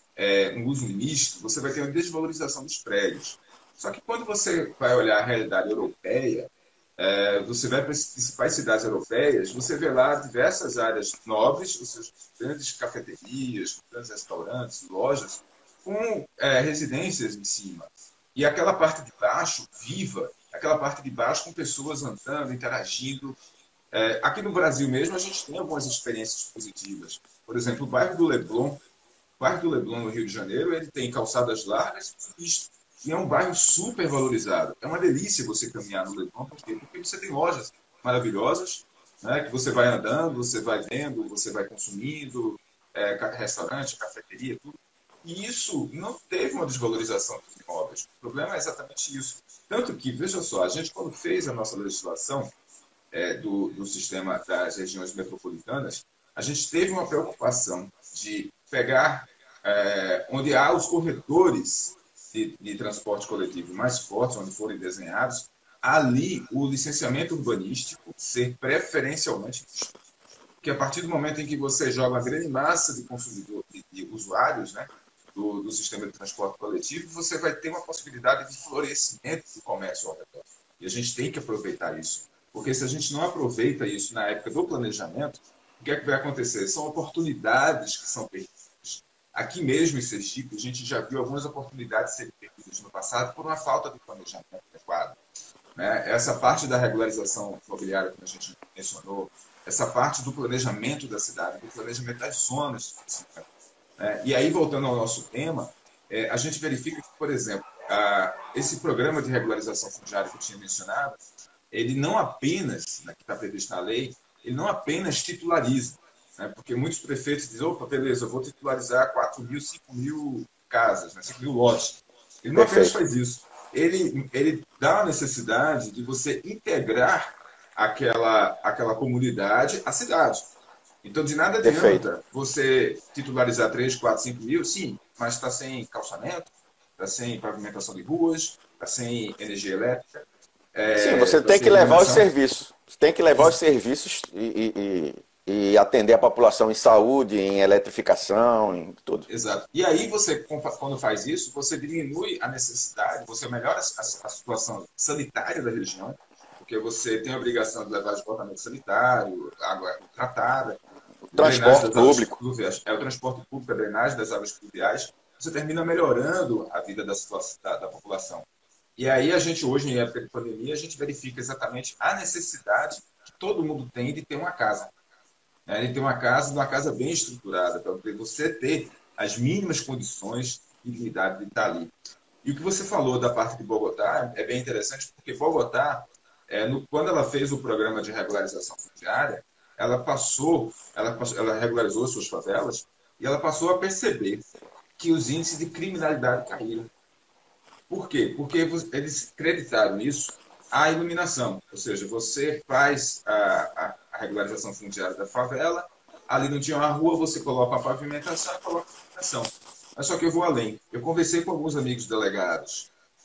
é, um uso misto, você vai ter uma desvalorização dos prédios. Só que quando você vai olhar a realidade europeia, É, você vai para as principais cidades europeias, você vê lá diversas áreas nobres, os seus grandes cafeterias, grandes restaurantes, lojas, com é, residências em cima. E aquela parte de baixo, viva, aquela parte de baixo com pessoas andando, interagindo. É, aqui no Brasil mesmo, a gente tem algumas experiências positivas. Por exemplo, o bairro do Leblon, o bairro do Leblon, no Rio de Janeiro, ele tem calçadas largas e pistas. E é um bairro super valorizado. É uma delícia você caminhar no Leblon, porque você tem lojas maravilhosas, né, que você vai andando, você vai vendo, você vai consumindo, é, restaurante, cafeteria, tudo. E isso não teve uma desvalorização dos imóveis. O problema é exatamente isso. Tanto que, veja só, a gente quando fez a nossa legislação é, do, do sistema das regiões metropolitanas, a gente teve uma preocupação de pegar é, onde há os corredores De, de transporte coletivo mais fortes, onde forem desenhados, ali o licenciamento urbanístico ser preferencialmente visto. Porque a partir do momento em que você joga uma grande massa de consumidores, de, de usuários, né, do, do sistema de transporte coletivo, você vai ter uma possibilidade de florescimento do comércio ao redor. E a gente tem que aproveitar isso. Porque se a gente não aproveita isso na época do planejamento, o que é que vai acontecer? São oportunidades que são perdidas. Aqui mesmo em Sergipe, a gente já viu algumas oportunidades serem perdidas no passado por uma falta de planejamento adequado. Né? Essa parte da regularização imobiliária que a gente mencionou, essa parte do planejamento da cidade, do planejamento das zonas. Né? E aí, voltando ao nosso tema, é, a gente verifica que, por exemplo, a, esse programa de regularização fundiária que eu tinha mencionado, ele não apenas, né, que está previsto na lei, ele não apenas titulariza. Porque muitos prefeitos dizem, opa, beleza, eu vou titularizar quatro mil, cinco mil casas, né, cinco mil lotes. Ele não apenas faz isso. Ele, ele dá a necessidade de você integrar aquela, aquela comunidade à cidade. Então, de nada adianta Perfeito. Você titularizar três, quatro, cinco mil, sim, mas está sem calçamento, está sem pavimentação de ruas, está sem energia elétrica. É, sim, você tem que levar os serviços. Tem que levar os serviços e... e... E atender a população em saúde, em eletrificação, em tudo. Exato. E aí você, quando faz isso, você diminui a necessidade, você melhora a, a situação sanitária da região, porque você tem a obrigação de levar esgotamento sanitário, água tratada, transporte público. Pluviais, é o transporte público, a drenagem das águas pluviais. Você termina melhorando a vida da, situação, da, da população. E aí a gente, hoje, em época de pandemia, a gente verifica exatamente a necessidade que todo mundo tem de ter uma casa. Ele tem uma casa, uma casa bem estruturada, para você ter as mínimas condições de dignidade de estar ali. E o que você falou da parte de Bogotá é bem interessante, porque Bogotá, é, no, quando ela fez o programa de regularização fundiária, ela passou, ela, passou, ela regularizou suas favelas e ela passou a perceber que os índices de criminalidade caíram. Por quê? Porque eles acreditaram nisso a iluminação, ou seja, você faz a, a, a regularização fundiária da favela, ali não tinha uma rua, você coloca a pavimentação e coloca a pavimentação. Mas só que eu vou além. Eu conversei com alguns amigos delegados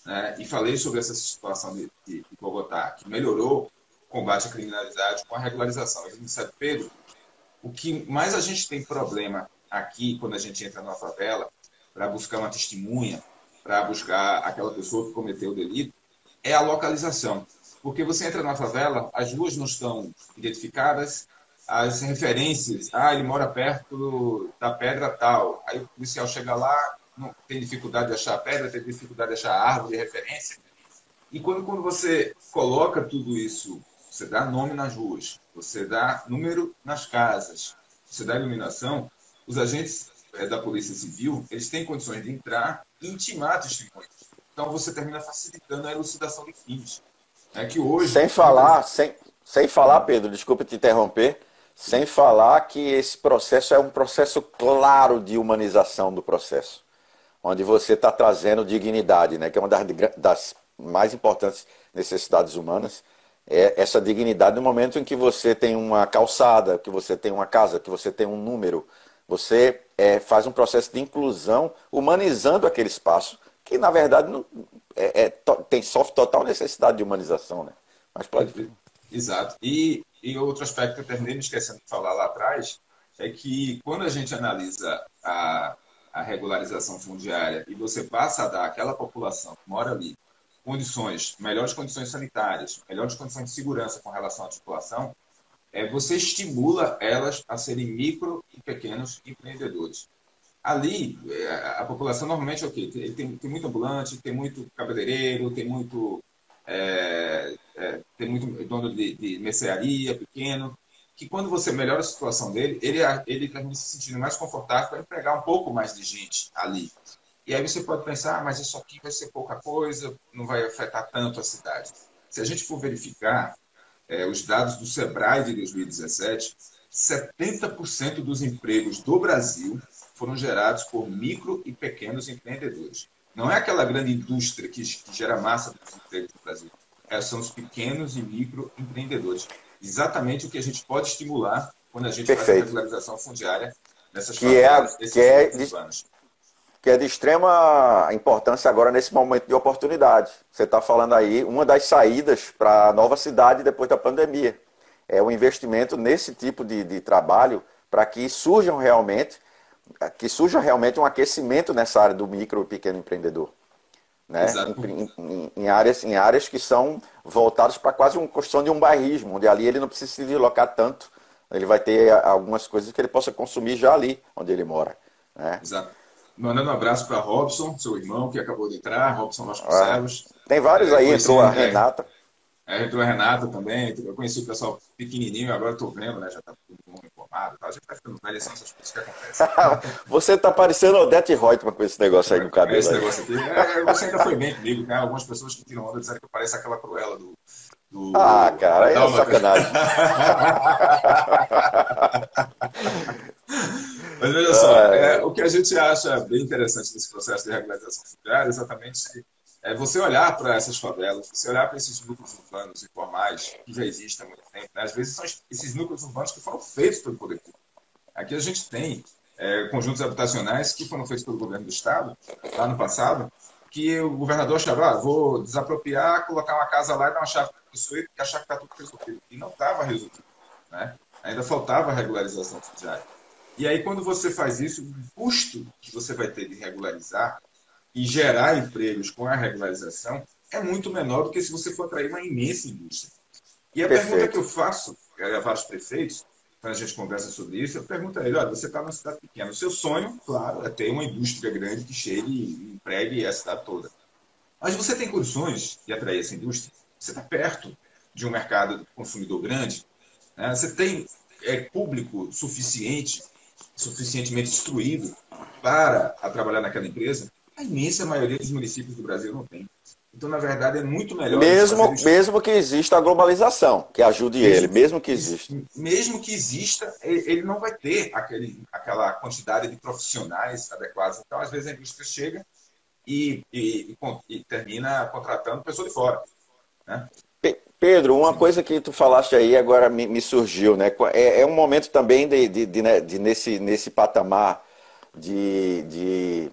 né, e falei sobre essa situação de, de, de Bogotá, que melhorou o combate à criminalidade com a regularização. Ele me disse, Pedro, o que mais a gente tem problema aqui, quando a gente entra numa favela, para buscar uma testemunha, para buscar aquela pessoa que cometeu o delito, é a localização. Porque você entra na favela, as ruas não estão identificadas, as referências, ah, ele mora perto da pedra tal. Aí o policial chega lá, não tem dificuldade de achar a pedra, tem dificuldade de achar a árvore de referência. E quando, quando você coloca tudo isso, você dá nome nas ruas, você dá número nas casas, você dá iluminação, os agentes é, da Polícia Civil, eles têm condições de entrar e intimar testemunhas. Então você termina facilitando a elucidação de crimes. É que hoje... Sem falar, sem, sem falar, Pedro, desculpa te interromper, sem falar que esse processo é um processo claro de humanização do processo, onde você está trazendo dignidade, né, que é uma das, das mais importantes necessidades humanas, é essa dignidade no momento em que você tem uma calçada, que você tem uma casa, que você tem um número, você é, faz um processo de inclusão, humanizando aquele espaço, que na verdade não, é, é, tem, sofre total necessidade de humanização, né? Mas pode... Exato. E, e outro aspecto que eu terminei me esquecendo de falar lá atrás, é que quando a gente analisa a, a regularização fundiária e você passa a dar àquela população que mora ali condições, melhores condições sanitárias, melhores condições de segurança com relação à população, é, você estimula elas a serem micro e pequenos empreendedores. Ali, a população normalmente é o quê? Tem, tem, tem muito ambulante, tem muito cabeleireiro, tem muito, é, é, tem muito dono de, de mercearia pequeno, que quando você melhora a situação dele, ele, ele termina se sentindo mais confortável para empregar um pouco mais de gente ali. E aí você pode pensar, ah, mas isso aqui vai ser pouca coisa, não vai afetar tanto a cidade. Se a gente for verificar é, os dados do Sebrae de dois mil e dezessete, setenta por cento dos empregos do Brasil foram gerados por micro e pequenos empreendedores. Não é aquela grande indústria que, que gera massa dos empregos no Brasil. É, são os pequenos e micro empreendedores. Exatamente o que a gente pode estimular quando a gente Perfeito. faz a regularização fundiária nessas que favelas, é, que é de, que é de extrema importância agora nesse momento de oportunidade. Você está falando aí, uma das saídas para a nova cidade depois da pandemia. É o investimento nesse tipo de, de trabalho para que surjam realmente que surja realmente um aquecimento nessa área do micro e pequeno empreendedor. Né? Em, em, em, áreas, em áreas que são voltadas para quase uma construção de um bairrismo, onde ali ele não precisa se deslocar tanto, ele vai ter algumas coisas que ele possa consumir já ali, onde ele mora. Né? Exato. Mandando um abraço para Robson, seu irmão, que acabou de entrar, Robson Vasconcelos. Ah, tem vários é, aí, entrou a Renata. É, entrou a Renata também, eu conheci o pessoal pequenininho, agora estou vendo, né? Já está todo mundo informado, tá? A gente está ficando velho, são essas coisas que acontecem. Você está parecendo Odete Reutemann com esse negócio aí no cabelo. Esse negócio aqui, é, você ainda foi bem comigo, né? Algumas pessoas que tiram onda dizendo que eu pareço aquela Cruella do... do ah, cara, é sacanagem. Mas veja só, é, o que a gente acha bem interessante nesse processo de regularização fundiária é exatamente... É você olhar para essas favelas, você olhar para esses núcleos urbanos informais que já existem há muito tempo. Né? Às vezes são esses núcleos urbanos que foram feitos pelo poder público. Aqui a gente tem é, conjuntos habitacionais que foram feitos pelo governo do Estado, lá no passado, que o governador achava, ah, vou desapropriar, colocar uma casa lá e dar uma chave para a pessoa e achar que está tudo resolvido. E não estava resolvido. Né? Ainda faltava a regularização fundiária. E aí, quando você faz isso, o custo que você vai ter de regularizar e gerar empregos com a regularização é muito menor do que se você for atrair uma imensa indústria. E a Perfeito. pergunta que eu faço a vários prefeitos, quando a gente conversa sobre isso, eu pergunto a ele, olha, você está numa cidade pequena, o seu sonho, claro, é ter uma indústria grande que chegue e empregue a cidade toda. Mas você tem condições de atrair essa indústria? Você está perto de um mercado consumidor grande? Né? Você tem é, público suficiente, suficientemente instruído para a trabalhar naquela empresa? A imensa maioria dos municípios do Brasil não tem. Então, na verdade, é muito melhor... Mesmo, mesmo que exista a globalização, que ajude mesmo, ele, mesmo que exista. Mesmo que exista, ele não vai ter aquele, aquela quantidade de profissionais adequados. Então, às vezes, a indústria chega e, e, e, e termina contratando pessoa de fora. Né? Pedro, uma coisa que tu falaste aí agora me, me surgiu, né? É, é um momento também de, de, de, de, de nesse, nesse patamar de... de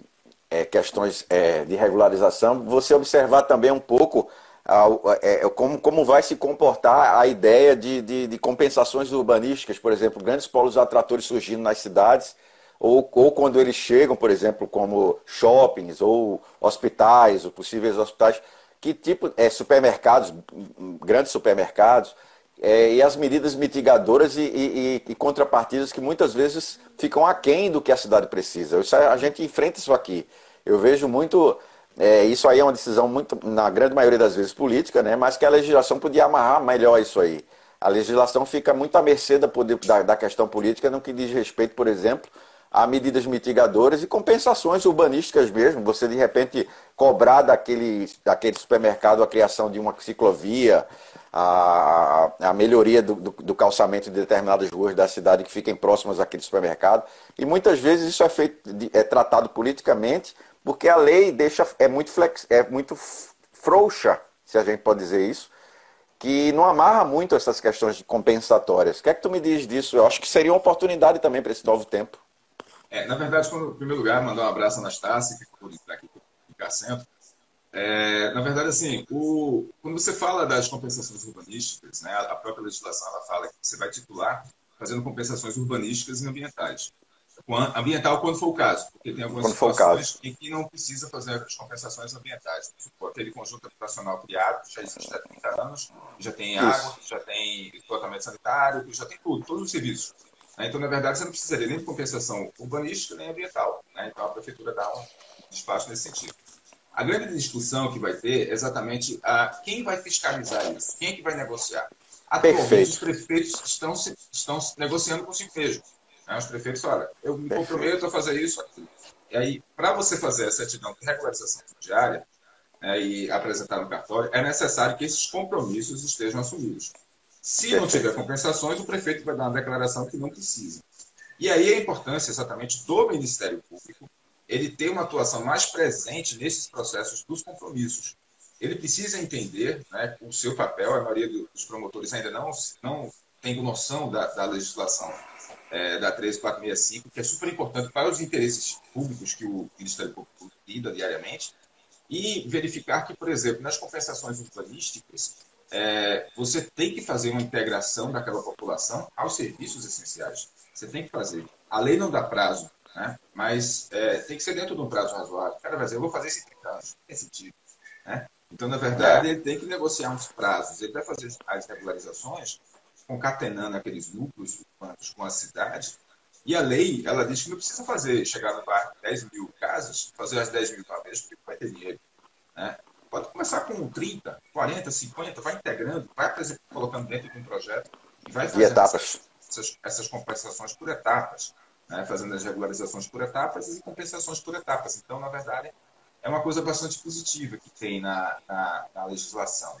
é, questões é, de regularização, você observar também um pouco é, como, como vai se comportar a ideia de, de, de compensações urbanísticas, por exemplo, grandes polos atratores surgindo nas cidades, ou, ou quando eles chegam, por exemplo, como shoppings ou hospitais, ou possíveis hospitais, que tipo, é, supermercados, grandes supermercados, é, e as medidas mitigadoras e, e, e contrapartidas que muitas vezes ficam aquém do que a cidade precisa. Isso, a gente enfrenta isso aqui. Eu vejo muito... É, isso aí é uma decisão, muito, na grande maioria das vezes, política, né? Mas que a legislação podia amarrar melhor isso aí. A legislação fica muito à mercê da, poder, da, da questão política no que diz respeito, por exemplo, a medidas mitigadoras e compensações urbanísticas mesmo. Você, de repente, cobrar daquele, daquele supermercado a criação de uma ciclovia, a, a melhoria do, do, do calçamento de determinadas ruas da cidade que fiquem próximas àquele supermercado. E muitas vezes isso é, feito, é tratado politicamente, porque a lei deixa, é, muito flex, é muito frouxa, se a gente pode dizer isso, que não amarra muito essas questões compensatórias. O que é que tu me diz disso? Eu acho que seria uma oportunidade também para esse novo tempo. É, na verdade, quando, em primeiro lugar, mandar um abraço à Anastácia, que acabou de entrar aqui no Centro. É, na verdade, assim, o, quando você fala das compensações urbanísticas, né, a própria legislação ela fala que você vai titular fazendo compensações urbanísticas e ambientais. Ambiental, quando for o caso, porque tem algumas quando situações em que não precisa fazer as compensações ambientais. Aquele conjunto habitacional criado, que já existe há trinta anos, que já tem Isso. água, que já tem esgotamento sanitário, que já tem tudo, todos os serviços. Então, na verdade, você não precisaria nem de compensação urbanística nem ambiental. Né? Então, a prefeitura dá um despacho nesse sentido. A grande discussão que vai ter é exatamente a, quem vai fiscalizar isso, quem é que vai negociar. Atualmente, Perfeito. os prefeitos estão, estão negociando com si mesmos. Né? Os prefeitos, olha, eu me comprometo a fazer isso aqui. E aí, para você fazer a certidão de regularização fundiária, né, e apresentar no cartório, é necessário que esses compromissos estejam assumidos. Se Perfeito. Não tiver compensações, o prefeito vai dar uma declaração que não precisa. E aí a importância exatamente do Ministério Público ele ter uma atuação mais presente nesses processos dos compromissos. Ele precisa entender, né, o seu papel, a maioria dos promotores ainda não, não tem noção da, da legislação é, da treze mil quatrocentos e sessenta e cinco, que é super importante para os interesses públicos que o Ministério Público lida diariamente, e verificar que, por exemplo, nas compensações urbanísticas, é, você tem que fazer uma integração daquela população aos serviços essenciais. Você tem que fazer. A lei não dá prazo, né? Mas é, tem que ser dentro de um prazo razoável. Cara, vai dizer, eu vou fazer isso em trinta anos. Não tem sentido. Né? Então, na verdade, ele tem que negociar uns prazos. Ele vai fazer as regularizações concatenando aqueles núcleos urbanos com a cidade. E a lei, ela diz que não precisa fazer, chegar no bairro dez mil casas, fazer as dez mil uma vez, porque vai ter dinheiro. Né? Pode começar com trinta, quarenta, cinquenta, vai integrando, vai colocando dentro de um projeto e vai fazendo essas, essas, essas compensações por etapas, né? Fazendo as regularizações por etapas e compensações por etapas. Então, na verdade, é uma coisa bastante positiva que tem na, na, na legislação.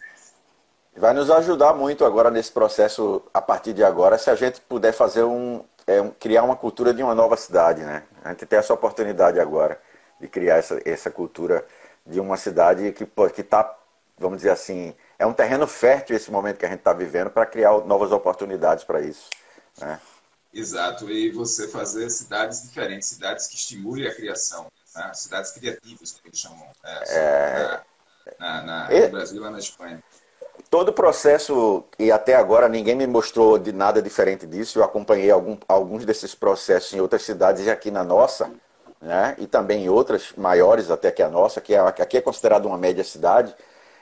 Vai nos ajudar muito agora nesse processo, a partir de agora, se a gente puder fazer um, é, um criar uma cultura de uma nova cidade, né? A gente tem essa oportunidade agora de criar essa, essa cultura de uma cidade que está, vamos dizer assim, é um terreno fértil esse momento que a gente está vivendo para criar novas oportunidades para isso. Né? Exato, e você fazer cidades diferentes, cidades que estimulem a criação, né? Cidades criativas, que eles chamam é, é... Na, na, na, e... no Brasil e lá na Espanha. Todo o processo, e até agora ninguém me mostrou de nada diferente disso, eu acompanhei algum, alguns desses processos em outras cidades e aqui na nossa, né? E também em outras maiores até que a nossa, que é, aqui é considerada uma média cidade.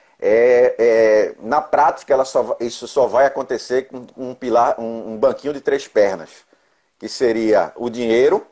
É, é, na prática, ela só, isso só vai acontecer com um, pilar, um, um banquinho de três pernas, que seria o dinheiro,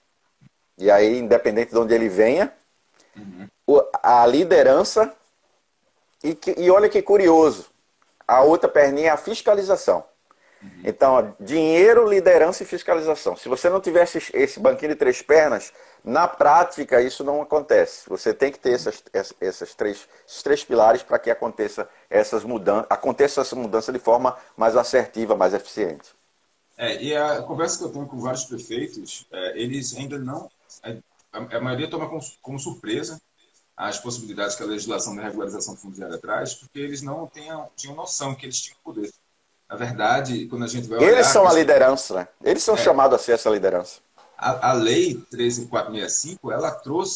e aí, independente de onde ele venha, uhum. o, a liderança, e, que, e olha que curioso, a outra perninha é a fiscalização. Uhum. Então, dinheiro, liderança e fiscalização. Se você não tivesse esse banquinho de três pernas, na prática isso não acontece. Você tem que ter essas, essas três, esses três pilares para que aconteça, essas mudan aconteça essa mudança de forma mais assertiva, mais eficiente. É, e a conversa que eu tenho com vários prefeitos, é, eles ainda não... A, a maioria toma como, como surpresa as possibilidades que a legislação da regularização fundiária traz, porque eles não tinham, tinham noção que eles tinham poder. Na verdade, quando a gente vai olhar... Eles são a liderança, né? Eles são é, chamados a ser essa liderança. A, a lei treze mil quatrocentos e sessenta e cinco, ela trouxe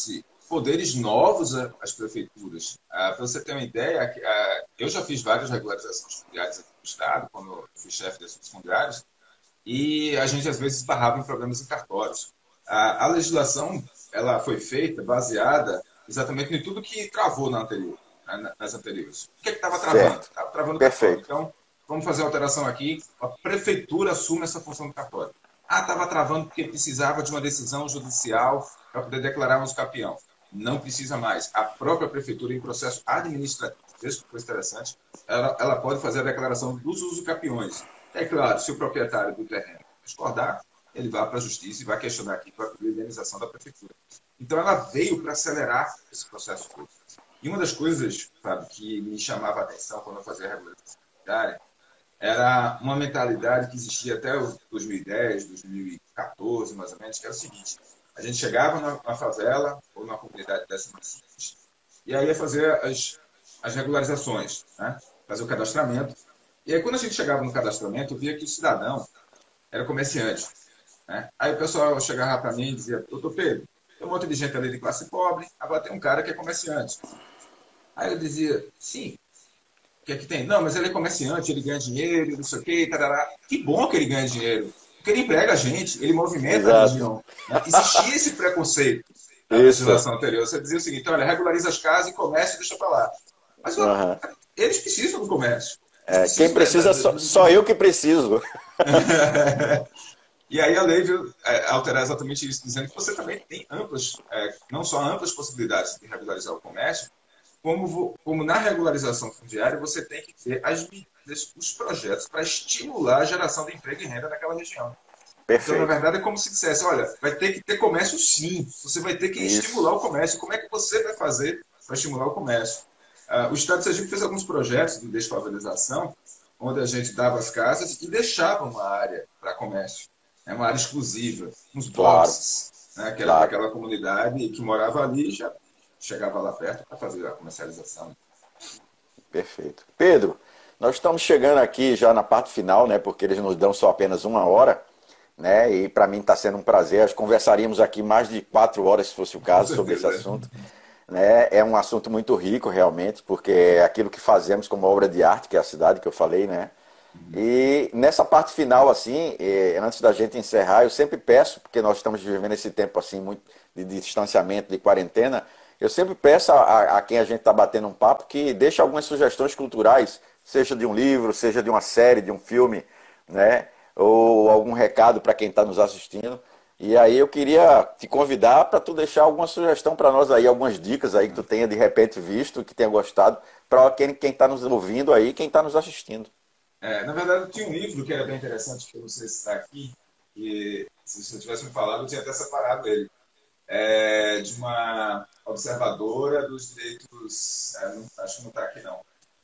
poderes novos às prefeituras. Ah, para você ter uma ideia, ah, eu já fiz várias regularizações fundiárias aqui no Estado, quando eu fui chefe de assuntos fundiários, e a gente às vezes esbarrava em problemas em cartórios. A, a legislação ela foi feita baseada exatamente em tudo que travou na anterior, né, nas anteriores. O que é estava travando? Estava travando o cartório. Então, vamos fazer a alteração aqui. A prefeitura assume essa função do cartório. Ah, estava travando porque precisava de uma decisão judicial para poder declarar um usucapião. Não precisa mais. A própria prefeitura, em processo administrativo, isso foi interessante, ela, ela pode fazer a declaração dos usucapiões. É claro, se o proprietário do terreno discordar, ele vai para a justiça e vai questionar aqui para a indenização da prefeitura. Então, ela veio para acelerar esse processo todo. E uma das coisas, Fábio, que me chamava a atenção quando eu fazia a regularização fundiária era uma mentalidade que existia até dois mil e dez, dois mil e quatorze, mais ou menos, que era o seguinte: a gente chegava na favela ou na comunidade dessa mais simples, e aí ia fazer as, as regularizações, né? Fazer o cadastramento. E aí, quando a gente chegava no cadastramento, eu via que o cidadão era comerciante, né? Aí o pessoal chegava para mim e dizia: doutor Pedro, tem um monte de gente ali de classe pobre, agora tem um cara que é comerciante. Aí eu dizia: sim. O que é que tem? Não, mas ele é comerciante, ele ganha dinheiro, não sei o quê, tarará. Que bom que ele ganha dinheiro, porque ele emprega a gente, ele movimenta Exato. A região. Existia esse preconceito na legislação anterior. Você dizia o seguinte: olha, regulariza as casas e comércio deixa para lá. Mas uhum. eles precisam do comércio. É, quem precisa, da, só, só eu que preciso. E aí a lei veio é, alterar exatamente isso, dizendo que você também tem amplas, é, não só amplas possibilidades de regularizar o comércio, Como, como na regularização fundiária, você tem que ter as medidas, os projetos para estimular a geração de emprego e renda naquela região. Perfeito. Então, na verdade, é como se dissesse: olha, vai ter que ter comércio sim, você vai ter que Isso. estimular o comércio. Como é que você vai fazer para estimular o comércio? Uh, o Estado de Sergipe fez alguns projetos de desfavelização, onde a gente dava as casas e deixava uma área para comércio, né, uma área exclusiva, uns boxes, claro. né, que era claro. para aquela comunidade que morava ali e já chegava lá perto para fazer a comercialização. Perfeito. Pedro, nós estamos chegando aqui já na parte final, né? Porque eles nos dão só apenas uma hora, né? E para mim está sendo um prazer. Nós conversaríamos aqui mais de quatro horas, se fosse o caso, sobre esse assunto. Né? É um assunto muito rico, realmente, porque é aquilo que fazemos como obra de arte, que é a cidade que eu falei, né? E nessa parte final, assim, antes da gente encerrar, eu sempre peço, porque nós estamos vivendo esse tempo assim muito de distanciamento, de quarentena. Eu sempre peço a, a quem a gente está batendo um papo que deixe algumas sugestões culturais, seja de um livro, seja de uma série, de um filme, né? Ou algum recado para quem está nos assistindo. E aí eu queria te convidar para tu deixar alguma sugestão para nós aí, algumas dicas aí que tu tenha de repente visto, que tenha gostado, para quem está nos ouvindo aí, quem está nos assistindo. É, na verdade, tinha um livro que era bem interessante, que eu não sei se está aqui, que se você tivesse me falado, eu tinha até separado ele. É, de uma observadora dos direitos, é, não, acho que não está aqui não,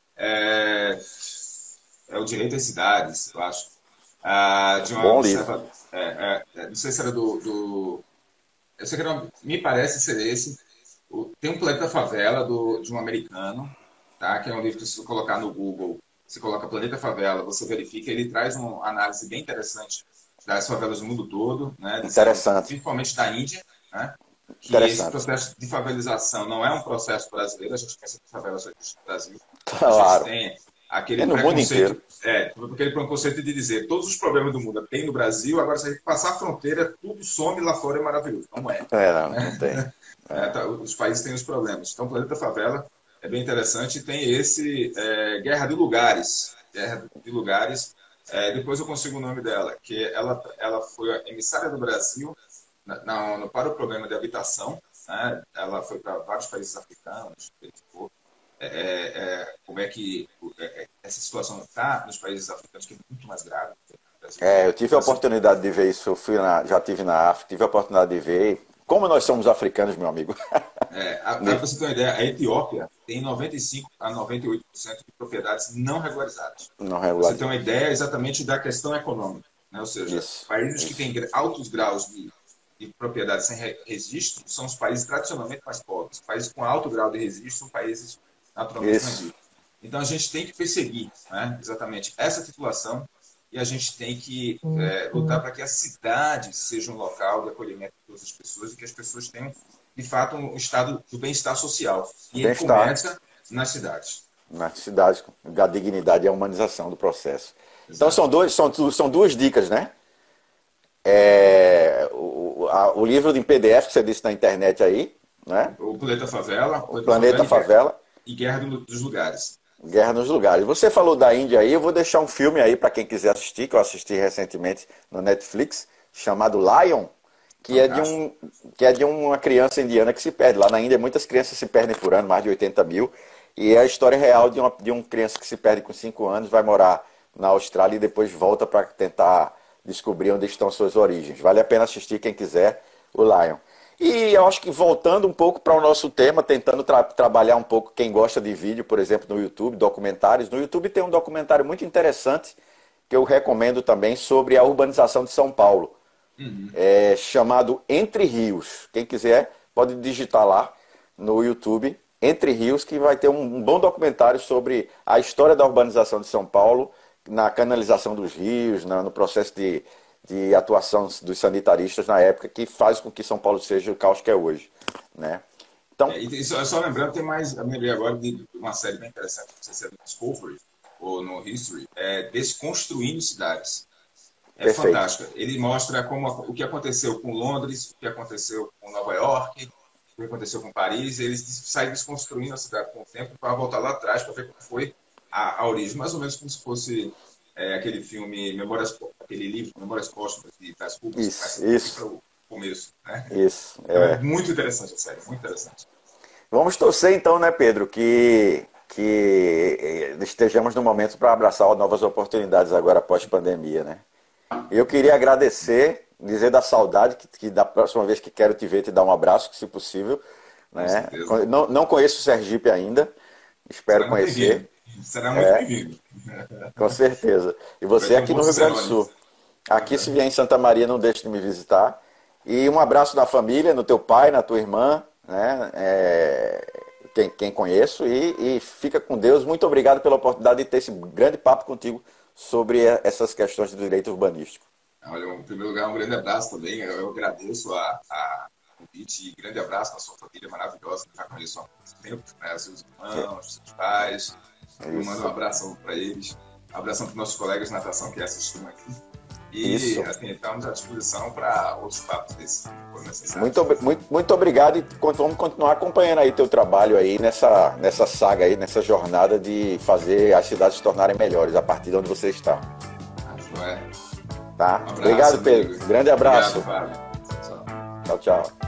é, é o direito às cidades, eu acho, ah, de uma Bom observadora, é, é, não sei se era do, do eu sei que era, me parece ser esse, o, tem um Planeta Favela do, de um americano, tá, que é um livro que se você colocar no Google, você coloca Planeta Favela, você verifica, ele traz uma análise bem interessante das favelas do mundo todo, né, interessante, principalmente da Índia, né? Que esse processo de favelização não é um processo brasileiro, a gente pensa que favela só existe no Brasil. Claro. A gente tem aquele é no mundo inteiro. É, aquele preconceito de dizer todos os problemas do mundo tem no Brasil, agora se a gente passar a fronteira, tudo some lá fora, é maravilhoso. Não é. É, não, não tem. É, tá, os países têm os problemas. Então, o Planeta Favela é bem interessante. Tem esse é, Guerra de Lugares. Guerra de Lugares. É, depois eu consigo o nome dela, que ela, ela foi a emissária do Brasil na, na, para o problema de habitação, né? Ela foi para vários países africanos, é, é, como é que é, essa situação está nos países africanos, que é muito mais grave. É, eu tive a oportunidade de ver isso, eu fui na, já tive na África, tive a oportunidade de ver como nós somos africanos, meu amigo. É, para você ter uma ideia, a Etiópia tem noventa e cinco a noventa e oito por cento de propriedades não regularizadas. Não regularizadas. Você tem uma ideia exatamente da questão econômica, né? Ou seja, isso, países isso. que têm altos graus de, de propriedade sem registro são os países tradicionalmente mais pobres. Países com alto grau de registro são países naturalmente mais ricos. Então a gente tem que perseguir, né, exatamente essa titulação, e a gente tem que é, lutar para que a cidade seja um local de acolhimento de todas as pessoas e que as pessoas tenham de fato, um estado do bem-estar social. E ele Bem-estar. começa nas cidades. Nas cidades, da dignidade e a humanização do processo. Então Exato. são, dois, são, são duas dicas, né? É, o, a, o livro em P D F que você disse na internet aí, né? O Planeta Favela. O Planeta Favela. E Guerra dos Lugares. Guerra nos Lugares. Você falou da Índia aí, eu vou deixar um filme aí para quem quiser assistir, que eu assisti recentemente no Netflix, chamado Lion, que é, de um, que é de uma criança indiana que se perde. Lá na Índia muitas crianças se perdem por ano, mais de oitenta mil, e é a história real de uma, de uma criança que se perde com cinco anos, vai morar na Austrália e depois volta para tentar descobrir onde estão suas origens. Vale a pena assistir quem quiser, o Lion. E eu acho que voltando um pouco para o nosso tema, tentando tra trabalhar um pouco quem gosta de vídeo, por exemplo, no YouTube, documentários. No YouTube tem um documentário muito interessante que eu recomendo também sobre a urbanização de São Paulo, uhum. é, chamado Entre Rios. Quem quiser pode digitar lá no YouTube, Entre Rios, que vai ter um, um bom documentário sobre a história da urbanização de São Paulo, na canalização dos rios, na, no processo de... de atuação dos sanitaristas na época, que faz com que São Paulo seja o caos que é hoje, né? Então, é, e só, só lembrando, tem mais, eu me lembrei agora de uma série bem interessante, não sei se é no Discovery ou no History, é Desconstruindo Cidades. É perfeito. Fantástica. Ele mostra como, o que aconteceu com Londres, o que aconteceu com Nova York, o que aconteceu com Paris, eles saem desconstruindo a cidade com o tempo para voltar lá atrás para ver como foi a, a origem, mais ou menos como se fosse é, aquele filme Memórias, aquele livro Memórias Póstumas de Brás Cubas, isso, isso. o começo, né? Isso. É. É muito interessante a série, muito interessante. Vamos torcer então, né, Pedro, que, que estejamos no momento para abraçar novas oportunidades agora após pandemia, né? Eu queria agradecer, dizer da saudade, que, que da próxima vez que quero te ver, te dar um abraço, se possível, né? Não, não conheço o Sergipe ainda, espero Será conhecer. Será muito é, bem-vindo. Com certeza. E você aqui no Rio Grande do Sul. Aqui, se vier em Santa Maria, não deixe de me visitar. E um abraço na família, no teu pai, na tua irmã, né? É, quem, quem conheço. E, e fica com Deus. Muito obrigado pela oportunidade de ter esse grande papo contigo sobre essas questões de direito urbanístico. Olha, em primeiro lugar, um grande abraço também. Eu, eu agradeço a, a convite e grande abraço na sua família maravilhosa, que eu já conheço há muito tempo, né? Seus irmãos, seus pais. Eu mando um abração para eles. Um abração para os nossos colegas de natação que assistem aqui. E assim, estamos à disposição para outros papos desse, se for necessário. Muito, muito, muito obrigado e vamos continuar acompanhando aí teu trabalho aí nessa, nessa saga aí, nessa jornada de fazer as cidades se tornarem melhores a partir de onde você está. Acho é. Tá? Um abraço, obrigado, Pedro. Amigo. Grande abraço. Obrigado, Fábio. Tchau, tchau. Tchau, tchau.